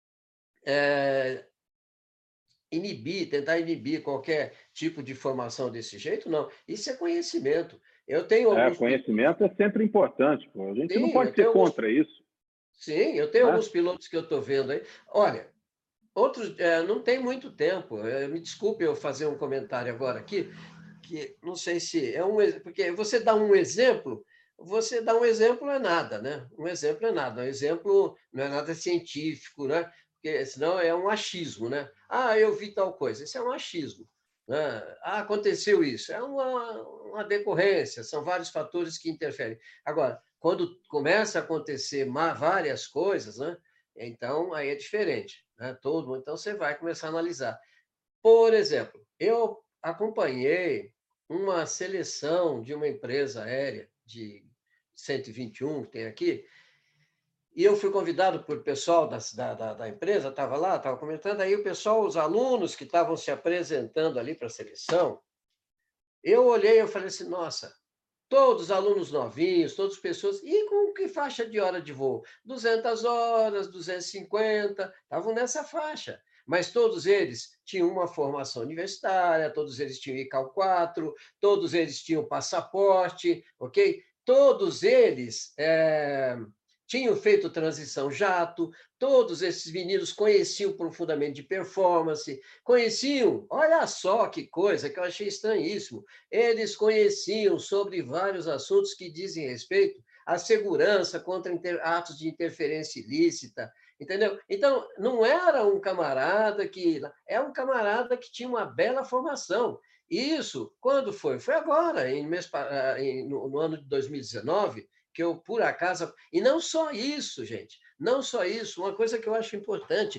E: É, inibir, tentar inibir qualquer tipo de formação desse jeito, não. Isso é conhecimento. Eu tenho
D: é,
E: alguns...
D: conhecimento pilotos... é sempre importante, pô. A gente Sim, não pode ser
E: alguns...
D: contra isso.
E: Sim, eu tenho né? alguns pilotos que eu estou vendo aí. Olha, outros, é, não tem muito tempo. É, me desculpe eu fazer um comentário agora aqui, que não sei se é um... Porque você dá um exemplo, você dá um exemplo é nada, né? Um exemplo é nada. Um exemplo não é nada científico, né? Porque senão é um achismo, né? Ah, eu vi tal coisa. Isso é um achismo. Né? Ah, aconteceu isso. É uma, uma decorrência, são vários fatores que interferem. Agora, quando começa a acontecer várias coisas, né? Então, aí é diferente. Né? Todo, então, você vai começar a analisar. Por exemplo, eu acompanhei uma seleção de uma empresa aérea de cento e vinte e um que tem aqui, e eu fui convidado por pessoal da, da, da empresa, estava lá, estava comentando, aí o pessoal, os alunos que estavam se apresentando ali para a seleção, eu olhei e falei assim, nossa, todos alunos novinhos, todas pessoas, e com que faixa de hora de voo? duzentas horas, duzentas e cinquenta, estavam nessa faixa. Mas todos eles tinham uma formação universitária, todos eles tinham I C A O quatro, todos eles tinham passaporte, ok? Todos eles... É... tinham feito transição jato, todos esses meninos conheciam profundamente de performance, conheciam, olha só que coisa que eu achei estranhíssimo, eles conheciam sobre vários assuntos que dizem respeito à segurança contra atos de interferência ilícita, entendeu? Então, não era um camarada que... É um camarada que tinha uma bela formação. E isso, quando foi? Foi agora, em mês, no, no ano de dois mil e dezenove, que eu, por acaso... E não só isso, gente, não só isso, uma coisa que eu acho importante,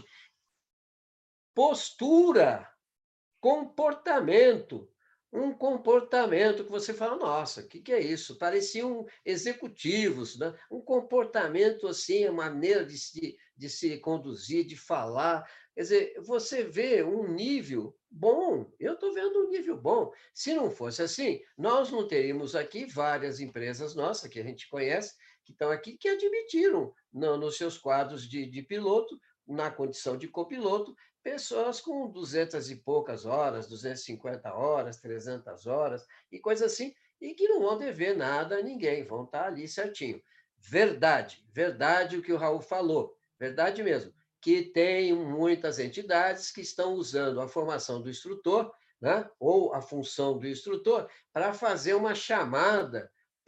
E: postura, comportamento, um comportamento que você fala, nossa, o que, que é isso? Pareciam executivos, né? Um comportamento assim, a maneira de se, de se conduzir, de falar. Quer dizer, você vê um nível bom, eu estou vendo um nível bom. Se não fosse assim, nós não teríamos aqui várias empresas nossas, que a gente conhece, que estão aqui, que admitiram no, nos seus quadros de, de piloto, na condição de copiloto, pessoas com duzentas e poucas horas, duzentas e cinquenta horas, trezentas horas, e coisa assim, e que não vão dever nada a ninguém, vão estar ali certinho. Verdade, verdade o que o Raul falou, verdade mesmo, que tem muitas entidades que estão usando a formação do instrutor, né, ou a função do instrutor, para fazer uma chamada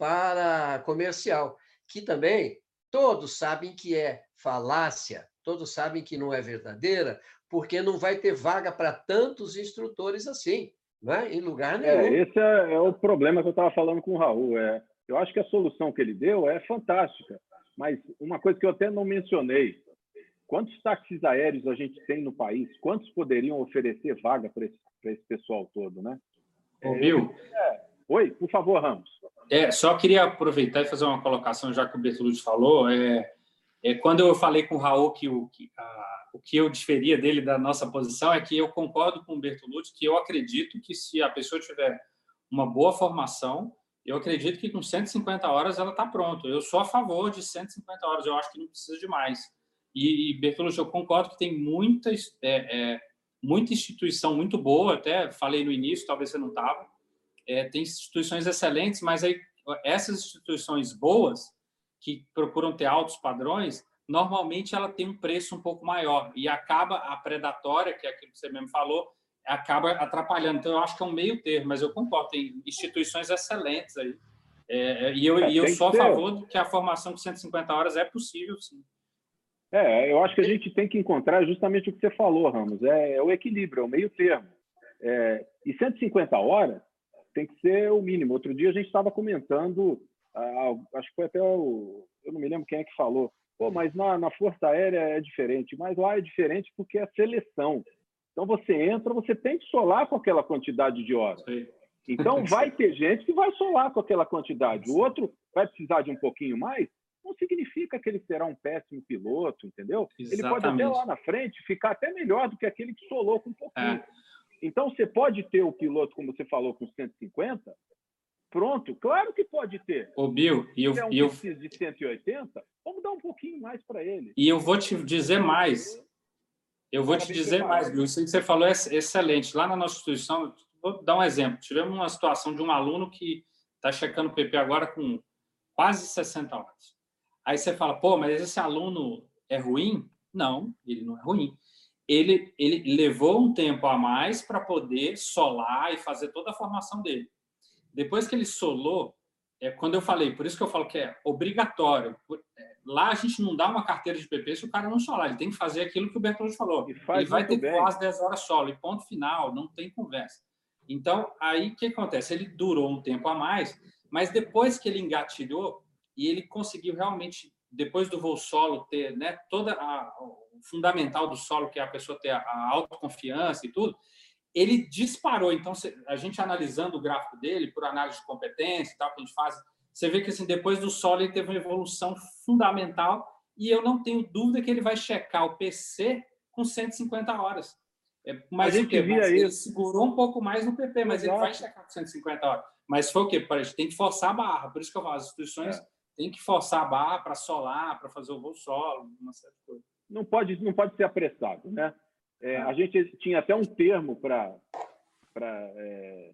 E: para comercial, que também todos sabem que é falácia, todos sabem que não é verdadeira, porque não vai ter vaga para tantos instrutores assim, né? Em lugar nenhum.
D: É, esse é, é o problema que eu estava falando com o Raul. É, eu acho que a solução que ele deu é fantástica, mas uma coisa que eu até não mencionei, quantos táxis aéreos a gente tem no país? Quantos poderiam oferecer vaga para esse, para esse pessoal todo, né?
A: Ô, Bill.
D: É, oi, por favor, Ramos.
A: É, só queria aproveitar e fazer uma colocação, já que o Bertolucci falou. É, é, quando eu falei com o Raul que o que, a, o que eu diferia dele da nossa posição é que eu concordo com o Bertolucci, que eu acredito que se a pessoa tiver uma boa formação, eu acredito que com cento e cinquenta horas ela está pronta. Eu sou a favor de cento e cinquenta horas, eu acho que não precisa de mais. E, e Bertolucci, eu concordo que tem muita, é, é, muita instituição muito boa, até falei no início, talvez você não estava, é, tem instituições excelentes, mas aí, essas instituições boas, que procuram ter altos padrões, normalmente ela tem um preço um pouco maior e acaba a predatória, que é aquilo que você mesmo falou, acaba atrapalhando. Então, eu acho que é um meio termo, mas eu concordo, tem instituições excelentes aí. É, e eu,
D: é,
A: e eu sou a
D: ser...
A: favor de que a formação com cento e cinquenta horas é possível, sim.
D: É, eu acho que a gente tem que encontrar justamente o que você falou, Ramos, é, é o equilíbrio, é o meio termo. É, e cento e cinquenta horas tem que ser o mínimo. Outro dia a gente estava comentando, ah, acho que foi até o... Eu não me lembro quem é que falou. Pô, mas na, na Força Aérea é diferente. Mas lá é diferente porque é seleção. Então, você entra, você tem que solar com aquela quantidade de horas. Sim. Então, vai ter gente que vai solar com aquela quantidade. O outro vai precisar de um pouquinho mais, não significa que ele será um péssimo piloto, entendeu? Exatamente. Ele pode até lá na frente ficar até melhor do que aquele que solou com um pouquinho. É. Então, você pode ter o piloto, como você falou, com cento e cinquenta, pronto, claro que pode ter.
A: Ô, Bill, e eu...
D: Se é um
A: eu...
D: de cento e oitenta, vamos dar um pouquinho mais para ele.
A: E eu vou te dizer mais. Eu vou te dizer mais, Bill. Isso que você falou é excelente. Lá na nossa instituição, vou dar um exemplo. Tivemos uma situação de um aluno que está checando o P P agora com quase sessenta horas. Aí você fala, pô, mas esse aluno é ruim? Não, ele não é ruim. Ele, ele levou um tempo a mais para poder solar e fazer toda a formação dele. Depois que ele solou, é, quando eu falei, por isso que eu falo que é obrigatório, lá a gente não dá uma carteira de P P se o cara não solar, ele tem que fazer aquilo que o Bertolucci falou. Ele vai ter que voar as dez horas solo, e ponto final, não tem conversa. Então, aí o que acontece? Ele durou um tempo a mais, mas depois que ele engatilhou e ele conseguiu realmente, depois do voo solo, ter, né, toda a, o fundamental do solo, que é a pessoa ter a, a autoconfiança e tudo, ele disparou. Então, a gente analisando o gráfico dele, por análise de competência e tal, que a gente faz, você vê que assim, depois do solo ele teve uma evolução fundamental e eu não tenho dúvida que ele vai checar o P C com cento e cinquenta horas. Mas,
D: a gente
A: o
D: via
A: mas
D: isso.
A: Ele segurou um pouco mais no P P, mas Exato. Ele vai checar com cento e cinquenta horas. Mas foi o quê? A gente tem que forçar a barra. Por isso que eu falo, as instituições é. têm que forçar a barra para solar, para fazer o voo solo, uma certa coisa.
D: Não pode, não pode ser apressado, né? É, a gente tinha até um termo para é,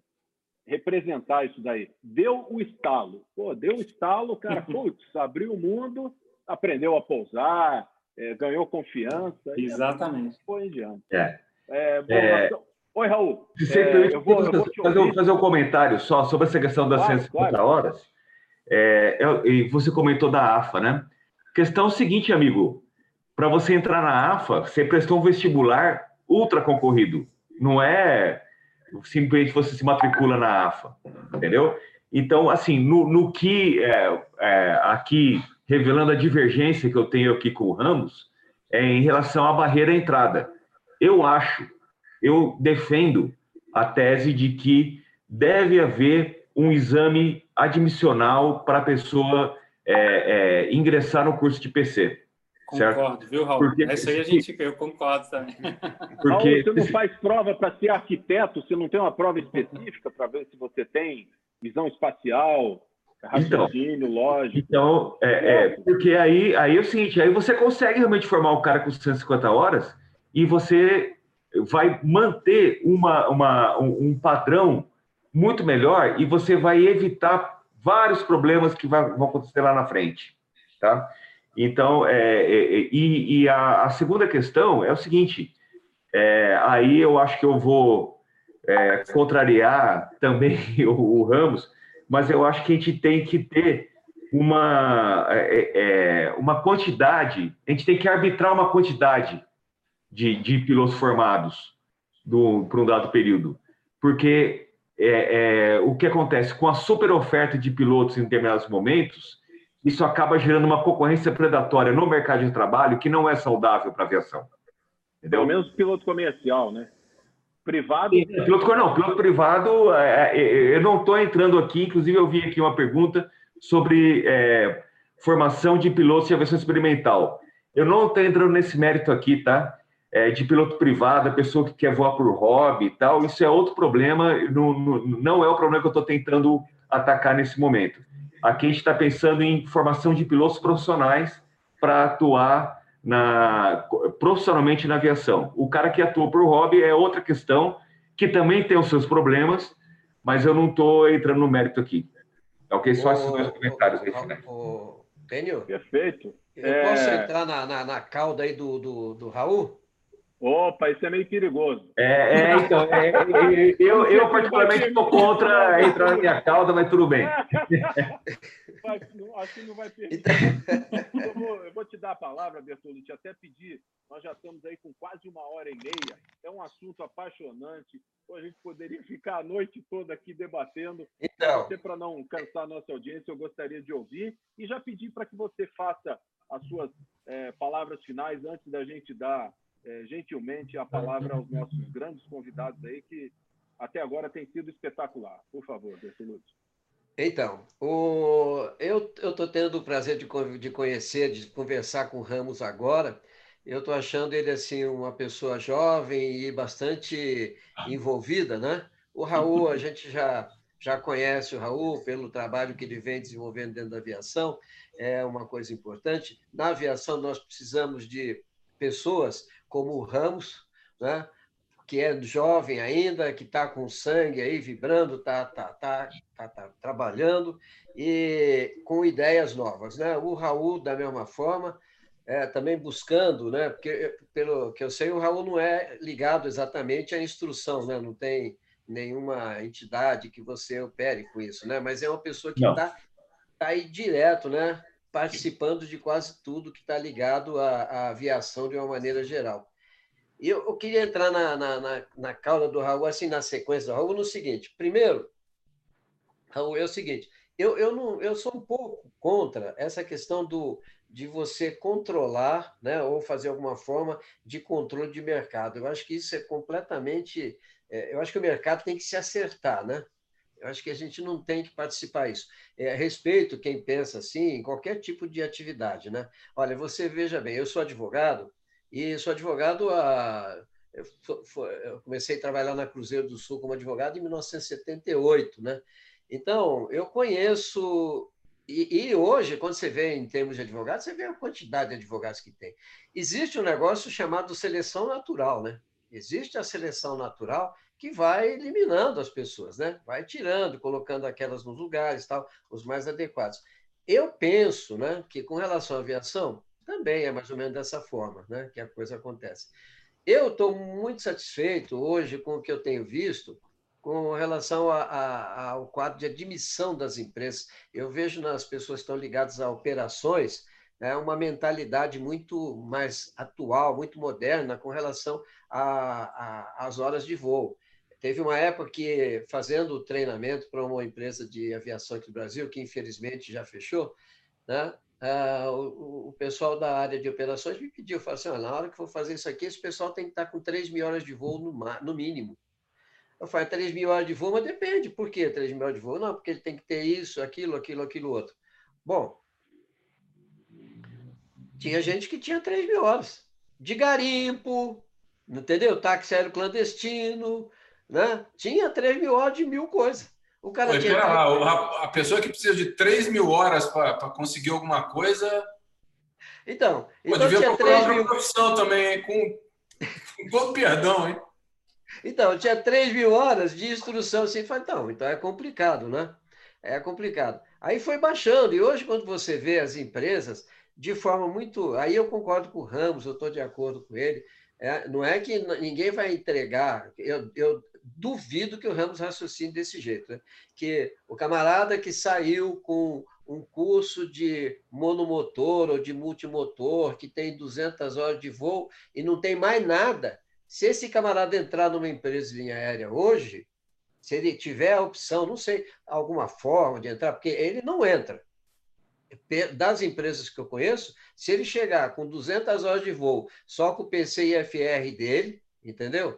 D: representar isso daí. Deu o estalo. Pô, deu o estalo, cara, putz, abriu o mundo, aprendeu a pousar, é, ganhou confiança.
A: Exatamente.
D: E foi em diante.
C: É.
D: É, bom,
C: É...
D: nós... Oi, Raul.
C: Se você é,
D: eu vou, eu vou te
C: fazer, fazer um comentário só sobre essa questão das
D: claro,
C: cento e cinquenta
D: claro.
C: horas. É, eu, e você comentou da AFA, né? A questão é o seguinte, amigo. Para você entrar na AFA, você prestou um vestibular ultra concorrido. Não é simplesmente você se matricula na AFA, entendeu? Então, assim, no, no que é, é, aqui, revelando a divergência que eu tenho aqui com o Ramos, é em relação à barreira à entrada. Eu acho, eu defendo a tese de que deve haver um exame admissional para a pessoa é, é, ingressar no curso de P C.
A: Concordo,
C: certo?
A: Viu, Raul?
C: Porque,
A: Essa aí a gente, eu concordo também.
C: Porque...
D: Raul, você não faz prova para ser arquiteto? Você não tem uma prova específica para ver se você tem visão espacial, raciocínio, então, lógico?
C: Então, é, é, porque aí, aí é o seguinte, aí você consegue realmente formar o cara com cento e cinquenta horas e você vai manter uma, uma, um, um padrão muito melhor e você vai evitar vários problemas que vai, vão acontecer lá na frente, tá? Então, é, é, e, e a, a segunda questão é o seguinte, é, aí eu acho que eu vou é, contrariar também o, o Ramos, mas eu acho que a gente tem que ter uma, é, é, uma quantidade, a gente tem que arbitrar uma quantidade de, de pilotos formados para um dado período, porque é, é, o que acontece com a super oferta de pilotos em determinados momentos, isso acaba gerando uma concorrência predatória no mercado de trabalho que não é saudável para a aviação. Entendeu?
D: Pelo menos piloto comercial, né? Privado...
C: Sim, piloto, não, piloto privado, é, é, eu não estou entrando aqui, inclusive eu vi aqui uma pergunta sobre é, formação de pilotos de aviação experimental. Eu não estou entrando nesse mérito aqui, tá? É, de piloto privado, a pessoa que quer voar por hobby e tal, isso é outro problema, não, não é o problema que eu estou tentando atacar nesse momento. Aqui a gente está pensando em formação de pilotos profissionais para atuar na, profissionalmente na aviação. O cara que atua por hobby é outra questão, que também tem os seus problemas, mas eu não estou entrando no mérito aqui. Ok? Só esses dois comentários aí finais.
E: Tenho?
D: Perfeito.
E: Eu é... posso entrar na, na, na cauda aí do, do, do Raul?
D: Opa, isso é meio perigoso.
C: É, é então, é, é, eu, eu particularmente estou contra entrar na minha cauda, mas tudo bem.
D: Acho que não vai perder. Eu vou, eu vou te dar a palavra, Bertolucci, até pedir. Nós já estamos aí com quase uma hora e meia. É um assunto apaixonante. A gente poderia ficar a noite toda aqui debatendo.
E: Então,
D: até para não cansar a nossa audiência, eu gostaria de ouvir. E já pedir para que você faça as suas é, palavras finais antes da gente dar... É, gentilmente a palavra aos nossos grandes convidados aí, que até agora tem sido espetacular. Por favor, Bertolucci.
E: Então, o... eu estou tendo o prazer de, de conhecer, de conversar com o Ramos agora. Eu estou achando ele assim uma pessoa jovem e bastante envolvida, né? O Raul, a gente já, já conhece o Raul pelo trabalho que ele vem desenvolvendo dentro da aviação, é uma coisa importante. Na aviação, nós precisamos de pessoas como o Ramos, né? Que é jovem ainda, que está com sangue aí vibrando, está tá, tá, tá, tá trabalhando e com ideias novas, né? O Raul, da mesma forma, é, também buscando, né? Porque, pelo que eu sei, o Raul não é ligado exatamente à instrução, né? Não tem nenhuma entidade que você opere com isso, né? Mas é uma pessoa que está tá aí direto, né? Participando de quase tudo que está ligado à, à aviação de uma maneira geral. E eu, eu queria entrar na, na, na, na cauda do Raul, assim, na sequência do Raul, no seguinte. Primeiro, Raul, é o seguinte, eu, eu, não, eu sou um pouco contra essa questão do, de você controlar, né, ou fazer alguma forma de controle de mercado. Eu acho que isso é completamente... É, eu acho que o mercado tem que se acertar, né? Eu acho que a gente não tem que participar disso. É, respeito quem pensa assim em qualquer tipo de atividade, né? Olha, você veja bem, eu sou advogado e sou advogado a... Eu, eu comecei a trabalhar na Cruzeiro do Sul como advogado em mil novecentos e setenta e oito, né? Então, eu conheço... E, e hoje, quando você vê em termos de advogados, você vê a quantidade de advogados que tem. Existe um negócio chamado seleção natural, né? Existe a seleção natural que vai eliminando as pessoas, né? Vai tirando, colocando aquelas nos lugares, tal, os mais adequados. eu penso, né, que com relação à aviação, também é mais ou menos dessa forma, né, que a coisa acontece. Eu estou muito satisfeito hoje com o que eu tenho visto com relação a, a, ao quadro de admissão das empresas. Eu vejo nas pessoas que estão ligadas a operações, né, uma mentalidade muito mais atual, muito moderna com relação às horas de voo. Teve uma época que, fazendo treinamento para uma empresa de aviação aqui no Brasil, que infelizmente já fechou, né? Ah, o, o pessoal da área de operações me pediu, falou assim, ah, na hora que for fazer isso aqui, esse pessoal tem que estar com três mil horas de voo no, no mínimo. Eu falei, três mil horas de voo, mas depende. Por que três mil horas de voo? Não, porque ele tem que ter isso, aquilo, aquilo, aquilo outro. Bom, tinha gente que tinha três mil horas. De garimpo, entendeu? Táxi aéreo clandestino, né? Tinha três mil horas de mil coisas. O cara
F: Pô,
E: tinha...
F: pera lá, a, a pessoa que precisa de três mil horas para conseguir alguma coisa...
E: Então,
F: Pô,
E: então
F: devia
E: tinha
F: procurar
E: três
F: outra
E: mil...
F: profissão também, com, com todo perdão, hein?
E: Então, tinha três mil horas de instrução. Assim, falei, então, então é complicado, né? É complicado. Aí foi baixando. E hoje, quando você vê as empresas, de forma muito... Aí eu concordo com o Ramos, eu estou de acordo com ele. É, não é que ninguém vai entregar... Eu, eu duvido que o Ramos raciocine desse jeito, né? Que o camarada que saiu com um curso de monomotor ou de multimotor, que tem duzentas horas de voo e não tem mais nada... Se esse camarada entrar numa empresa de linha aérea hoje, se ele tiver a opção, não sei, alguma forma de entrar, porque ele não entra. Das empresas que eu conheço, se ele chegar com duzentas horas de voo, só com o P C I F R dele, entendeu?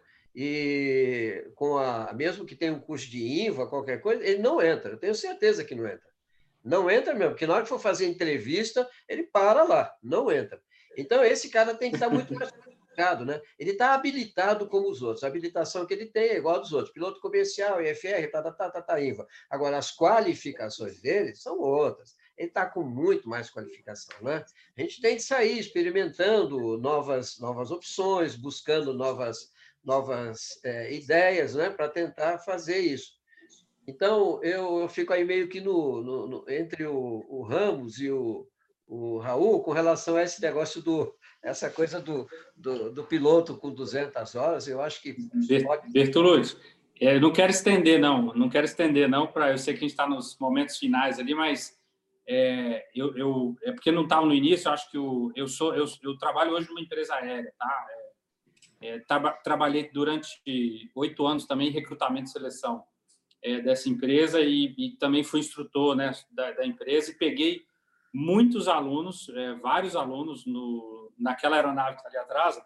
E: E com a, mesmo que tenha um curso de INVA, qualquer coisa, ele não entra. Eu tenho certeza que não entra. Não entra mesmo, porque na hora que for fazer entrevista, ele para lá, não entra. Então, esse cara tem que estar muito mais... Né? Ele está habilitado como os outros. A habilitação que ele tem é igual a dos outros. Piloto comercial, I F R, tá, tá, tá, tá, tá, INVA. Agora, as qualificações dele são outras. Ele está com muito mais qualificação. Né? A gente tem que sair experimentando novas, novas opções, buscando novas, novas é, ideias, né? Para tentar fazer isso. Então, eu, eu fico aí meio que no, no, no entre o, o Ramos e o, o Raul com relação a esse negócio do... Essa coisa do, do, do piloto com duzentas horas, eu acho que...
A: Pode... Bertolucci, eu não quero estender, não. Não quero estender, não. Pra... Eu sei que a gente está nos momentos finais ali, mas é, eu, eu, é porque não estava no início. Eu acho que o, eu, sou, eu, eu trabalho hoje numa empresa aérea. Tá? É, é, tra, trabalhei durante oito anos também em recrutamento e seleção é, dessa empresa e, e também fui instrutor, né, da, da empresa e peguei muitos alunos, é, vários alunos no, naquela aeronave que está ali atrás,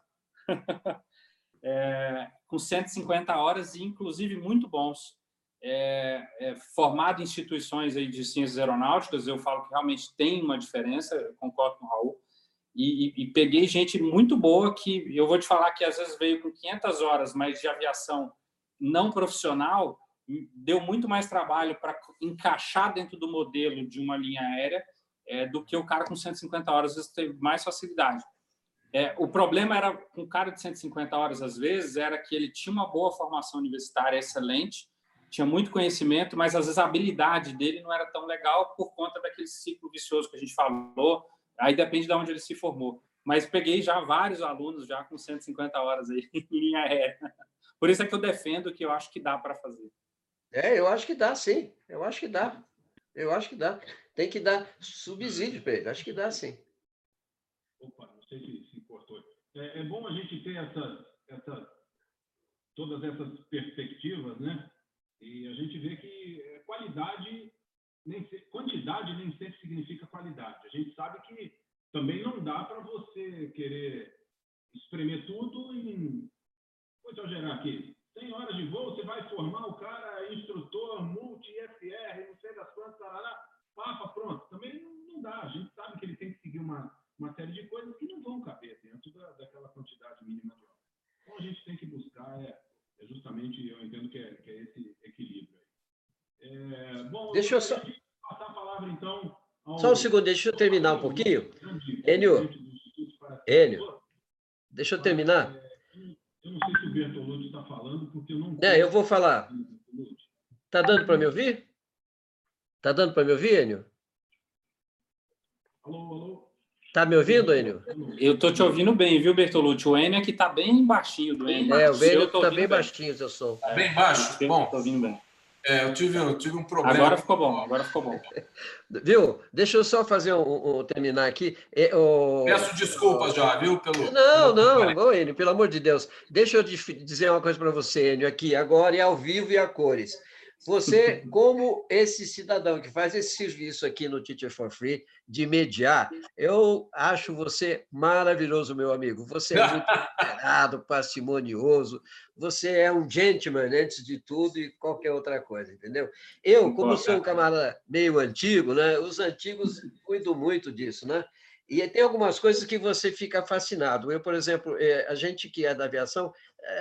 A: é, com cento e cinquenta horas, e inclusive muito bons. É, é, formado em instituições aí de ciências aeronáuticas, eu falo que realmente tem uma diferença, eu concordo com o Raul, e, e, e peguei gente muito boa que, eu vou te falar que às vezes veio com quinhentas horas, mas de aviação não profissional, deu muito mais trabalho para encaixar dentro do modelo de uma linha aérea, É, do que o cara com cento e cinquenta horas, às vezes teve mais facilidade. É, o problema era com o cara de cento e cinquenta horas, às vezes, era que ele tinha uma boa formação universitária excelente, tinha muito conhecimento, mas às vezes a habilidade dele não era tão legal por conta daquele ciclo vicioso que a gente falou, aí depende de onde ele se formou. Mas peguei já vários alunos já com cento e cinquenta horas aí em linha aérea. Por isso é que eu defendo que eu acho que dá para fazer.
E: É, eu acho que dá, sim. Eu acho que dá. Eu acho que dá. Tem que dar subsídio para ele. Acho que dá, sim.
G: Opa, não sei se, se cortou. É, é bom a gente ter essa, essa, todas essas perspectivas, né? E a gente vê que qualidade, nem se, quantidade nem sempre significa qualidade. A gente sabe que também não dá para você querer espremer tudo em... Vou exagerar aqui. cem horas de voo, você vai formar o cara instrutor, multi, I F R, não sei das quantas, tarará, papa, pronto. Também não, não dá. A gente sabe que ele tem que seguir uma, uma série de coisas que não vão caber dentro da, daquela quantidade mínima de horas. Então, a gente tem que buscar, é, é justamente, eu entendo que é, que é esse equilíbrio. É, bom,
E: deixa eu só...
G: passar a palavra, então... Ao...
E: Só um segundo, deixa eu terminar um pouquinho. Enio, Enio, deixa eu terminar.
G: Eu não sei se o Bertolucci está falando, porque eu não...
E: É, eu vou falar. Está dando para me ouvir? Está dando para me ouvir, Enio?
G: Alô, alô?
E: Tá me ouvindo, Enio?
A: Eu estou te ouvindo bem, viu, Bertolucci? O Enio é que está bem baixinho do Enio.
E: É, o Enio
A: está
E: tá bem baixinho o seu som.
F: Tá bem baixo? Bom,
A: estou ouvindo bem.
F: é, eu, tive, eu tive um problema.
A: Agora ficou bom, agora ficou bom.
E: Viu? Deixa eu só fazer um, um terminar aqui. É, o...
F: Peço desculpas já, viu? Pelo,
E: Não,
F: pelo...
E: não, ô, Enio, pelo amor de Deus. Deixa eu dizer uma coisa para você, Enio, aqui, agora é ao vivo e a cores. Você, como esse cidadão que faz esse serviço aqui no Teacher for Free, de mediar, eu acho você maravilhoso, meu amigo. Você é muito moderado, parcimonioso, você é um gentleman antes de tudo e qualquer outra coisa, entendeu? Eu, como sou um camarada meio antigo, né? Os antigos cuidam muito disso, né? E tem algumas coisas que você fica fascinado. Eu, por exemplo, a gente que é da aviação,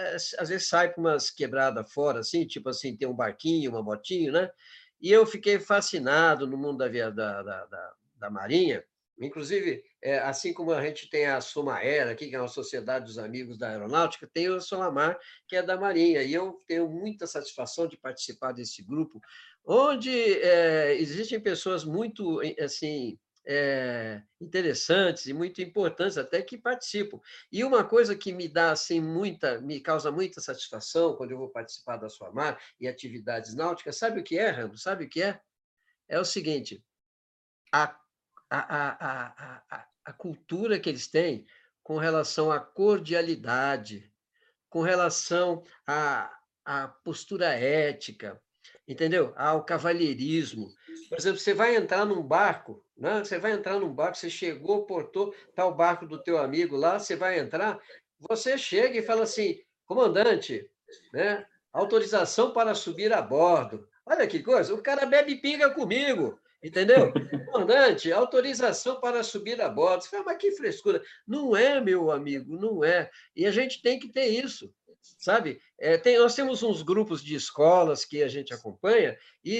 E: às vezes sai para umas quebradas fora, assim, tipo assim, tem um barquinho, uma motinho, né? E eu fiquei fascinado no mundo da, da, da, da, da Marinha. Inclusive, assim como a gente tem a Somaer aqui, que é uma sociedade dos amigos da aeronáutica, tem o Solamar, que é da Marinha. E eu tenho muita satisfação de participar desse grupo, onde é, existem pessoas muito, assim... É, interessantes e muito importantes até que participam. E uma coisa que me dá assim muita, me causa muita satisfação quando eu vou participar da SOAMAR e atividades náuticas, sabe o que é, Rambo? Sabe o que é? É o seguinte, a, a, a, a, a cultura que eles têm com relação à cordialidade, com relação à, à postura ética, entendeu? Ao cavalheirismo. Por exemplo, você vai entrar num barco, né? Você vai entrar num barco, você chegou, portou, está o barco do teu amigo lá, você vai entrar, você chega e fala assim, comandante, né? Autorização para subir a bordo. Olha que coisa, o cara bebe pinga comigo, entendeu? Comandante, autorização para subir a bordo. Você fala, mas que frescura. Não é, meu amigo, não é. E a gente tem que ter isso. Sabe? É, tem, nós temos uns grupos de escolas que a gente acompanha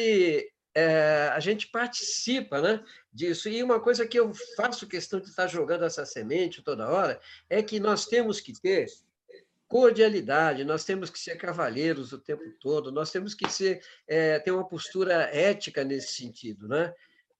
E: e é, a gente participa, né, disso. E uma coisa que eu faço questão de estar jogando essa semente toda hora é que nós temos que ter cordialidade, nós temos que ser cavalheiros o tempo todo, nós temos que ser, é, ter uma postura ética nesse sentido, né?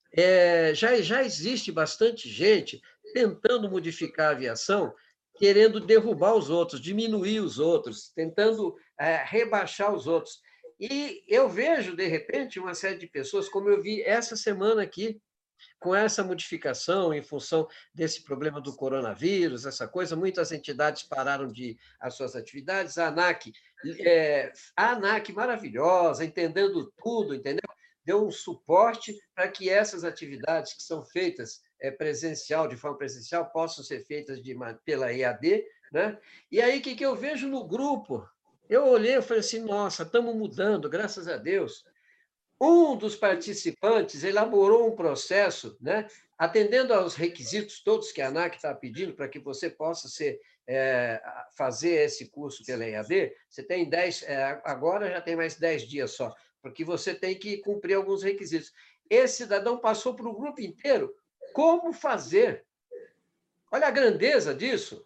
E: É, já, já existe bastante gente tentando modificar a aviação, querendo derrubar os outros, diminuir os outros, tentando é, rebaixar os outros. E eu vejo, de repente, uma série de pessoas, como eu vi essa semana aqui, com essa modificação em função desse problema do coronavírus, essa coisa, muitas entidades pararam de as suas atividades, a ANAC, é, a ANAC maravilhosa, entendendo tudo, entendeu? Deu um suporte para que essas atividades que são feitas é, presencial, de forma presencial, possam ser feitas de, pela E A D, né? E aí, o que, que eu vejo no grupo? Eu olhei e falei assim, nossa, estamos mudando, graças a Deus. Um dos participantes elaborou um processo, né, atendendo aos requisitos todos que a ANAC está pedindo para que você possa ser, é, fazer esse curso pela E A D. Você tem dez, é, agora já tem mais dez dias só, porque você tem que cumprir alguns requisitos. Esse cidadão passou para o grupo inteiro como fazer. Olha a grandeza disso.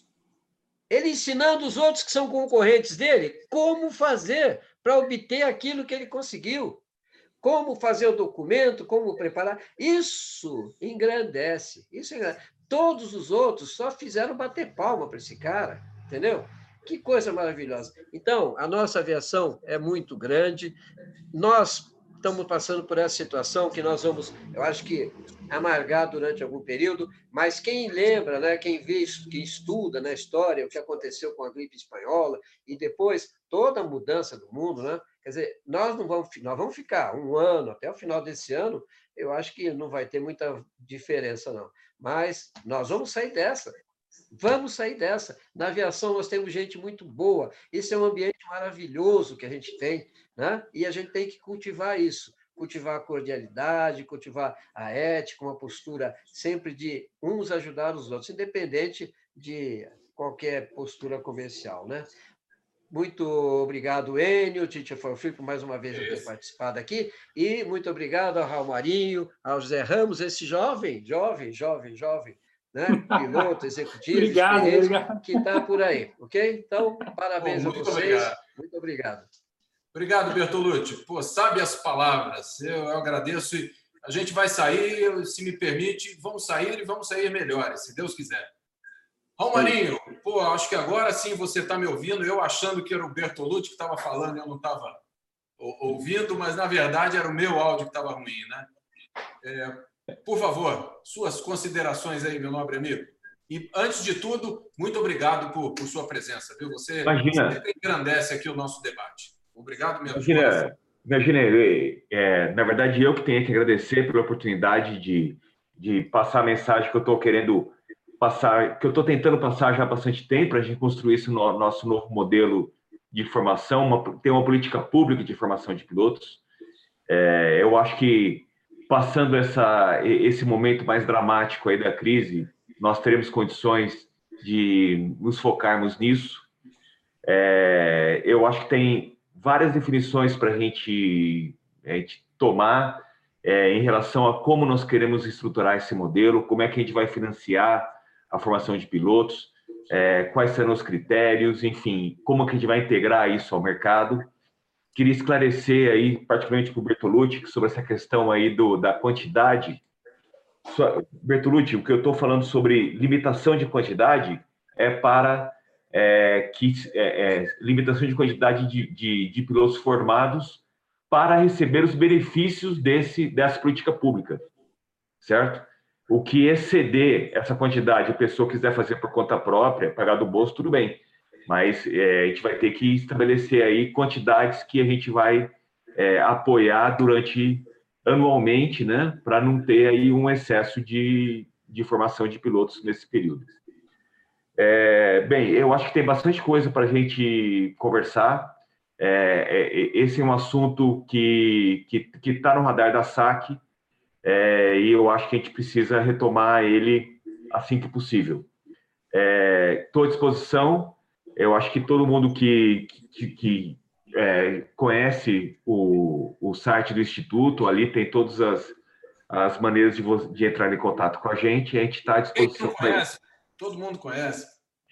E: Ele ensinando os outros que são concorrentes dele como fazer para obter aquilo que ele conseguiu. Como fazer o documento, como preparar. Isso engrandece. Isso engrandece. Todos os outros só fizeram bater palma para esse cara, entendeu? Que coisa maravilhosa. Então, a nossa aviação é muito grande. Nós estamos passando por essa situação que nós vamos, eu acho que, amargar durante algum período, mas quem lembra, né, quem vê, quem estuda na história o que aconteceu com a gripe espanhola e depois toda a mudança do mundo, né? Quer dizer, nós não vamos, nós vamos ficar um ano, até o final desse ano, eu acho que não vai ter muita diferença, não. Mas nós vamos sair dessa. Vamos sair dessa. Na aviação nós temos gente muito boa. Esse é um ambiente maravilhoso que a gente tem, né? E a gente tem que cultivar isso. Cultivar a cordialidade, cultivar a ética, uma postura sempre de uns ajudar os outros, independente de qualquer postura comercial, né? Muito obrigado, Enio, Teacher for Free, por mais uma vez eu ter participado aqui. E muito obrigado ao Raul Marinho, ao José Ramos, esse jovem, jovem, jovem, jovem, né? Piloto, executivo,
A: obrigado, obrigado.
E: que está por aí, ok? Então, parabéns
F: Bom,
E: a vocês.
F: Obrigado.
E: Muito obrigado.
F: Obrigado, Bertolucci. Pô, sabe as palavras. Eu, eu agradeço. E a gente vai sair, se me permite, vamos sair e vamos sair melhores, se Deus quiser. Raul Marinho, pô, acho que agora sim você está me ouvindo, eu achando que era o Bertolucci que estava falando, eu não estava ouvindo, mas na verdade era o meu áudio que estava ruim, né? É, por favor, suas considerações aí, meu nobre amigo. E, antes de tudo, muito obrigado por, por sua presença, viu? Você sempre engrandece aqui o nosso debate. Obrigado mesmo.
C: Imagina, imagina é, na verdade, eu que tenho que agradecer pela oportunidade de, de passar a mensagem que eu estou querendo passar, que eu estou tentando passar já há bastante tempo, para a gente construir esse no, nosso novo modelo de formação, uma, ter uma política pública de formação de pilotos. É, eu acho que, passando essa, esse momento mais dramático aí da crise, nós teremos condições de nos focarmos nisso. É, eu acho que tem várias definições para a gente, a gente tomar é, em relação a como nós queremos estruturar esse modelo, como é que a gente vai financiar a formação de pilotos, é, quais serão os critérios, enfim, como que a gente vai integrar isso ao mercado. Queria esclarecer aí, particularmente para o Bertolucci, sobre essa questão aí do, da quantidade. Bertolucci, o que eu estou falando sobre limitação de quantidade é para é, que, é, é, limitação de quantidade de, de, de pilotos formados para receber os benefícios desse, dessa política pública, certo? O que exceder essa quantidade, a pessoa quiser fazer por conta própria, pagar do bolso, tudo bem. Mas é, a gente vai ter que estabelecer aí quantidades que a gente vai é, apoiar durante anualmente, né, para não ter aí um excesso de, de formação de pilotos nesse período. É, bem, eu acho que tem bastante coisa para a gente conversar. É, é, esse é um assunto que que que está no radar da S A C, é, e eu acho que a gente precisa retomar ele assim que possível. Estou à disposição. Eu acho que todo mundo que, que, que é, conhece o, o site do Instituto, ali tem todas as, as maneiras de, de entrar em contato com a gente, e a gente está à disposição.
F: Quem não conhece? Todo mundo conhece.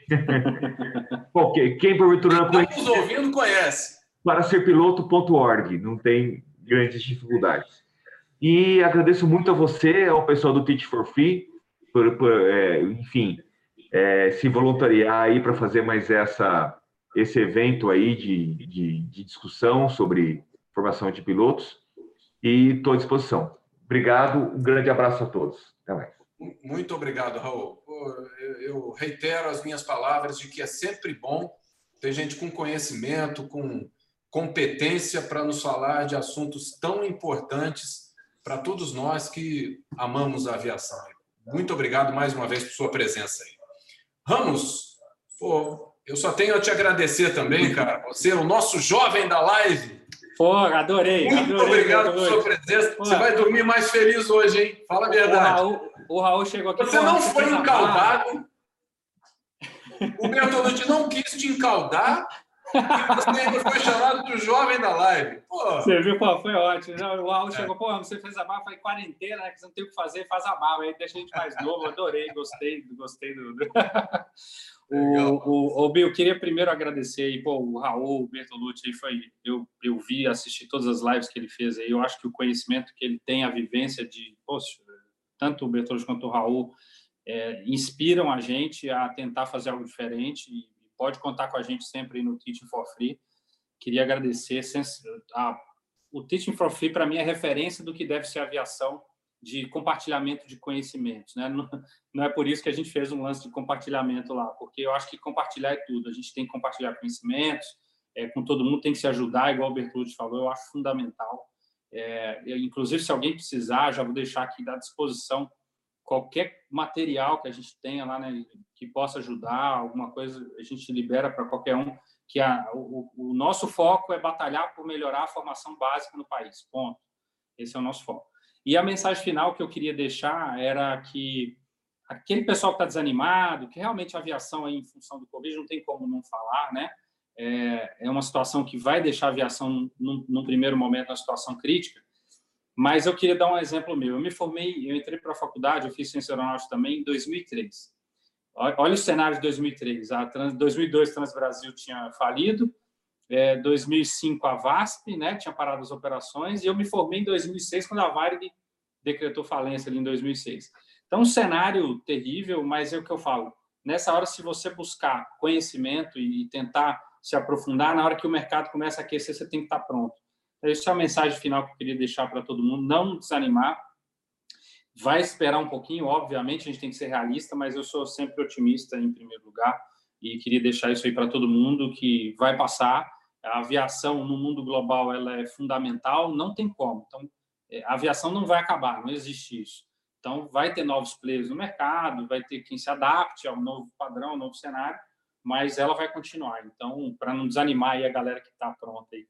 C: Bom, quem, quem porventura não conhece,
F: estamos ouvindo, conhece.
C: para ser piloto ponto org, não tem grandes dificuldades. E agradeço muito a você, ao pessoal do Teach for Free, por, por é, enfim, é, se voluntariar aí para fazer mais essa, esse evento aí de, de, de discussão sobre formação de pilotos, e estou à disposição. Obrigado, um grande abraço a todos. Até mais.
F: Muito obrigado, Raul. Eu reitero as minhas palavras de que é sempre bom ter gente com conhecimento, com competência para nos falar de assuntos tão importantes para todos nós que amamos a aviação. Muito obrigado mais uma vez por sua presença aí. Ramos, pô, eu só tenho a te agradecer também, cara. Você é o nosso jovem da live.
A: Pô, adorei.
F: Muito
A: adorei,
F: obrigado
A: adorei.
F: por sua presença.
A: Pô,
F: Você vai dormir mais feliz hoje, hein? Fala a verdade.
A: O Raul, o Raul chegou aqui.
F: Você não foi encaldado. O Bertolucci não quis te encaldar. Você ainda foi chamado de jovem da live. Pô.
A: Você viu, pô, foi ótimo. O Raul chegou, pô, você fez a barba, foi quarentena, né? Que você não tem o que fazer, faz a barba. Aí deixa a gente mais novo. Adorei, gostei, gostei do. O, o, o Bill, queria primeiro agradecer aí, pô, o Raul, o Bertolucci, aí foi, eu, eu vi, assisti todas as lives que ele fez aí, eu acho que o conhecimento que ele tem, a vivência de, poxa, tanto o Bertolucci quanto o Raul é, inspiram a gente a tentar fazer algo diferente, e pode contar com a gente sempre aí no Teaching for Free. Queria agradecer, a, o Teaching for Free para mim é referência do que deve ser a aviação, de compartilhamento de conhecimentos, né? Não, não é por isso que a gente fez um lance de compartilhamento lá, porque eu acho que compartilhar é tudo. A gente tem que compartilhar conhecimentos, é, com todo mundo, tem que se ajudar, igual o Bertolucci falou, eu acho fundamental. É, eu, inclusive, se alguém precisar, já vou deixar aqui à disposição qualquer material que a gente tenha lá, né, que possa ajudar, alguma coisa, a gente libera para qualquer um, que a, o, o nosso foco é batalhar por melhorar a formação básica no país, ponto. Esse é o nosso foco. E a mensagem final que eu queria deixar era que aquele pessoal que está desanimado, que realmente a aviação, aí, em função do Covid, não tem como não falar, né? É, é uma situação que vai deixar a aviação, num, num primeiro momento, uma situação crítica, mas eu queria dar um exemplo meu. Eu me formei, eu entrei para a faculdade, eu fiz ciência aeronáutica também em dois mil e três. Olha o cenário de dois mil e três. A Trans, dois mil e dois, Transbrasil tinha falido, é, dois mil e cinco a VASP, né, tinha parado as operações, e eu me formei em dois mil e seis, quando a Varig decretou falência ali em dois mil e seis. Então, um cenário terrível, mas é o que eu falo. Nessa hora, se você buscar conhecimento e tentar se aprofundar, na hora que o mercado começa a aquecer, você tem que estar pronto. Essa é a mensagem final que eu queria deixar para todo mundo, não desanimar. Vai esperar um pouquinho, obviamente, a gente tem que ser realista, mas eu sou sempre otimista em primeiro lugar e queria deixar isso aí para todo mundo, que vai passar. A aviação no mundo global ela é fundamental, não tem como. Então, a aviação não vai acabar, não existe isso. Então, vai ter novos players no mercado, vai ter quem se adapte ao novo padrão, ao novo cenário, mas ela vai continuar. Então, para não desanimar aí a galera que está pronta aí.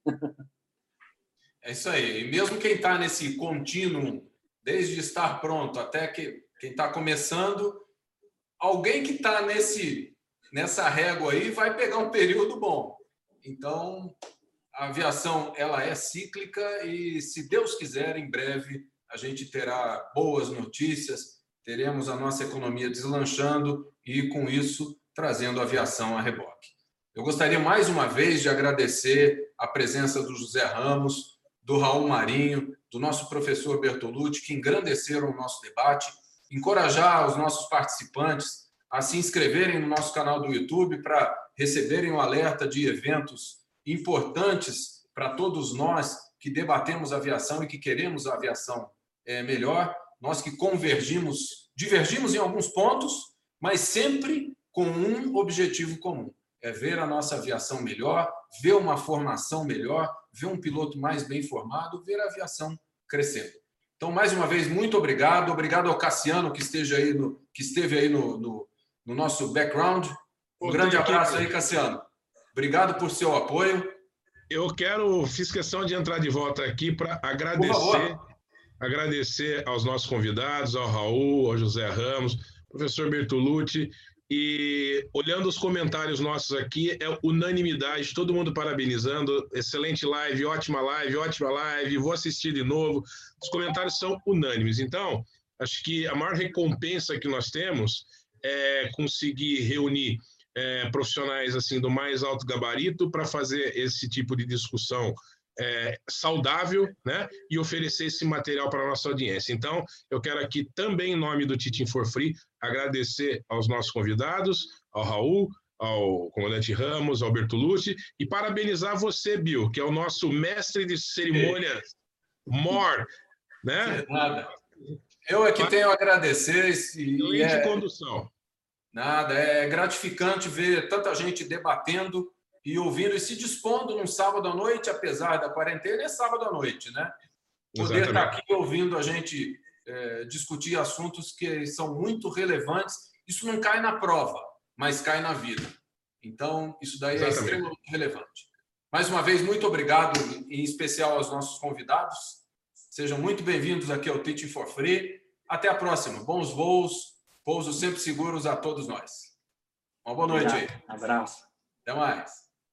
F: É isso aí. E mesmo quem está nesse contínuo, desde estar pronto até que, quem está começando, alguém que está nesse nessa régua aí vai pegar um período bom. Então, a aviação ela é cíclica e, se Deus quiser, em breve a gente terá boas notícias, teremos a nossa economia deslanchando e, com isso, trazendo a aviação a reboque. Eu gostaria, mais uma vez, de agradecer a presença do José Ramos, do Raul Marinho, do nosso professor Bertolucci, que engrandeceram o nosso debate, encorajar os nossos participantes a se inscreverem no nosso canal do YouTube para receberem o alerta de eventos importantes para todos nós que debatemos aviação e que queremos a aviação melhor. Nós que convergimos, divergimos em alguns pontos, mas sempre com um objetivo comum: é ver a nossa aviação melhor, ver uma formação melhor, ver um piloto mais bem formado, ver a aviação crescendo. Então, mais uma vez, muito obrigado. Obrigado ao Cassiano, que, esteja aí no, que esteve aí no, no, no nosso background. Um grande abraço aí, Cassiano. Obrigado por seu apoio.
B: Eu quero, fiz questão de entrar de volta aqui para agradecer, agradecer aos nossos convidados, ao Raul, ao José Ramos, professor Bertolucci. E olhando os comentários nossos aqui, é unanimidade, todo mundo parabenizando, excelente live, ótima live, ótima live, vou assistir de novo. Os comentários são unânimes. Então, acho que a maior recompensa que nós temos é conseguir reunir é, profissionais assim do mais alto gabarito para fazer esse tipo de discussão É, saudável, né? E oferecer esse material para a nossa audiência. Então, eu quero aqui também, em nome do Teaching for Free, agradecer aos nossos convidados, ao Raul, ao comandante Ramos, ao Bertolucci, e parabenizar você, Bill, que é o nosso mestre de cerimônias, more, né?
F: Nada. Eu é que tenho a agradecer.
B: E é... de condução.
F: Nada, é gratificante ver tanta gente debatendo e ouvindo e se dispondo num sábado à noite, apesar da quarentena, é sábado à noite, né? Poder estar aqui ouvindo a gente é, discutir assuntos que são muito relevantes. Isso não cai na prova, mas cai na vida. Então, isso daí Exatamente. É extremamente relevante. Mais uma vez, muito obrigado, em especial aos nossos convidados. Sejam muito bem-vindos aqui ao Teaching for Free. Até a próxima. Bons voos, pousos sempre seguros a todos nós. Uma boa noite aí.
A: Abraço.
F: Até mais.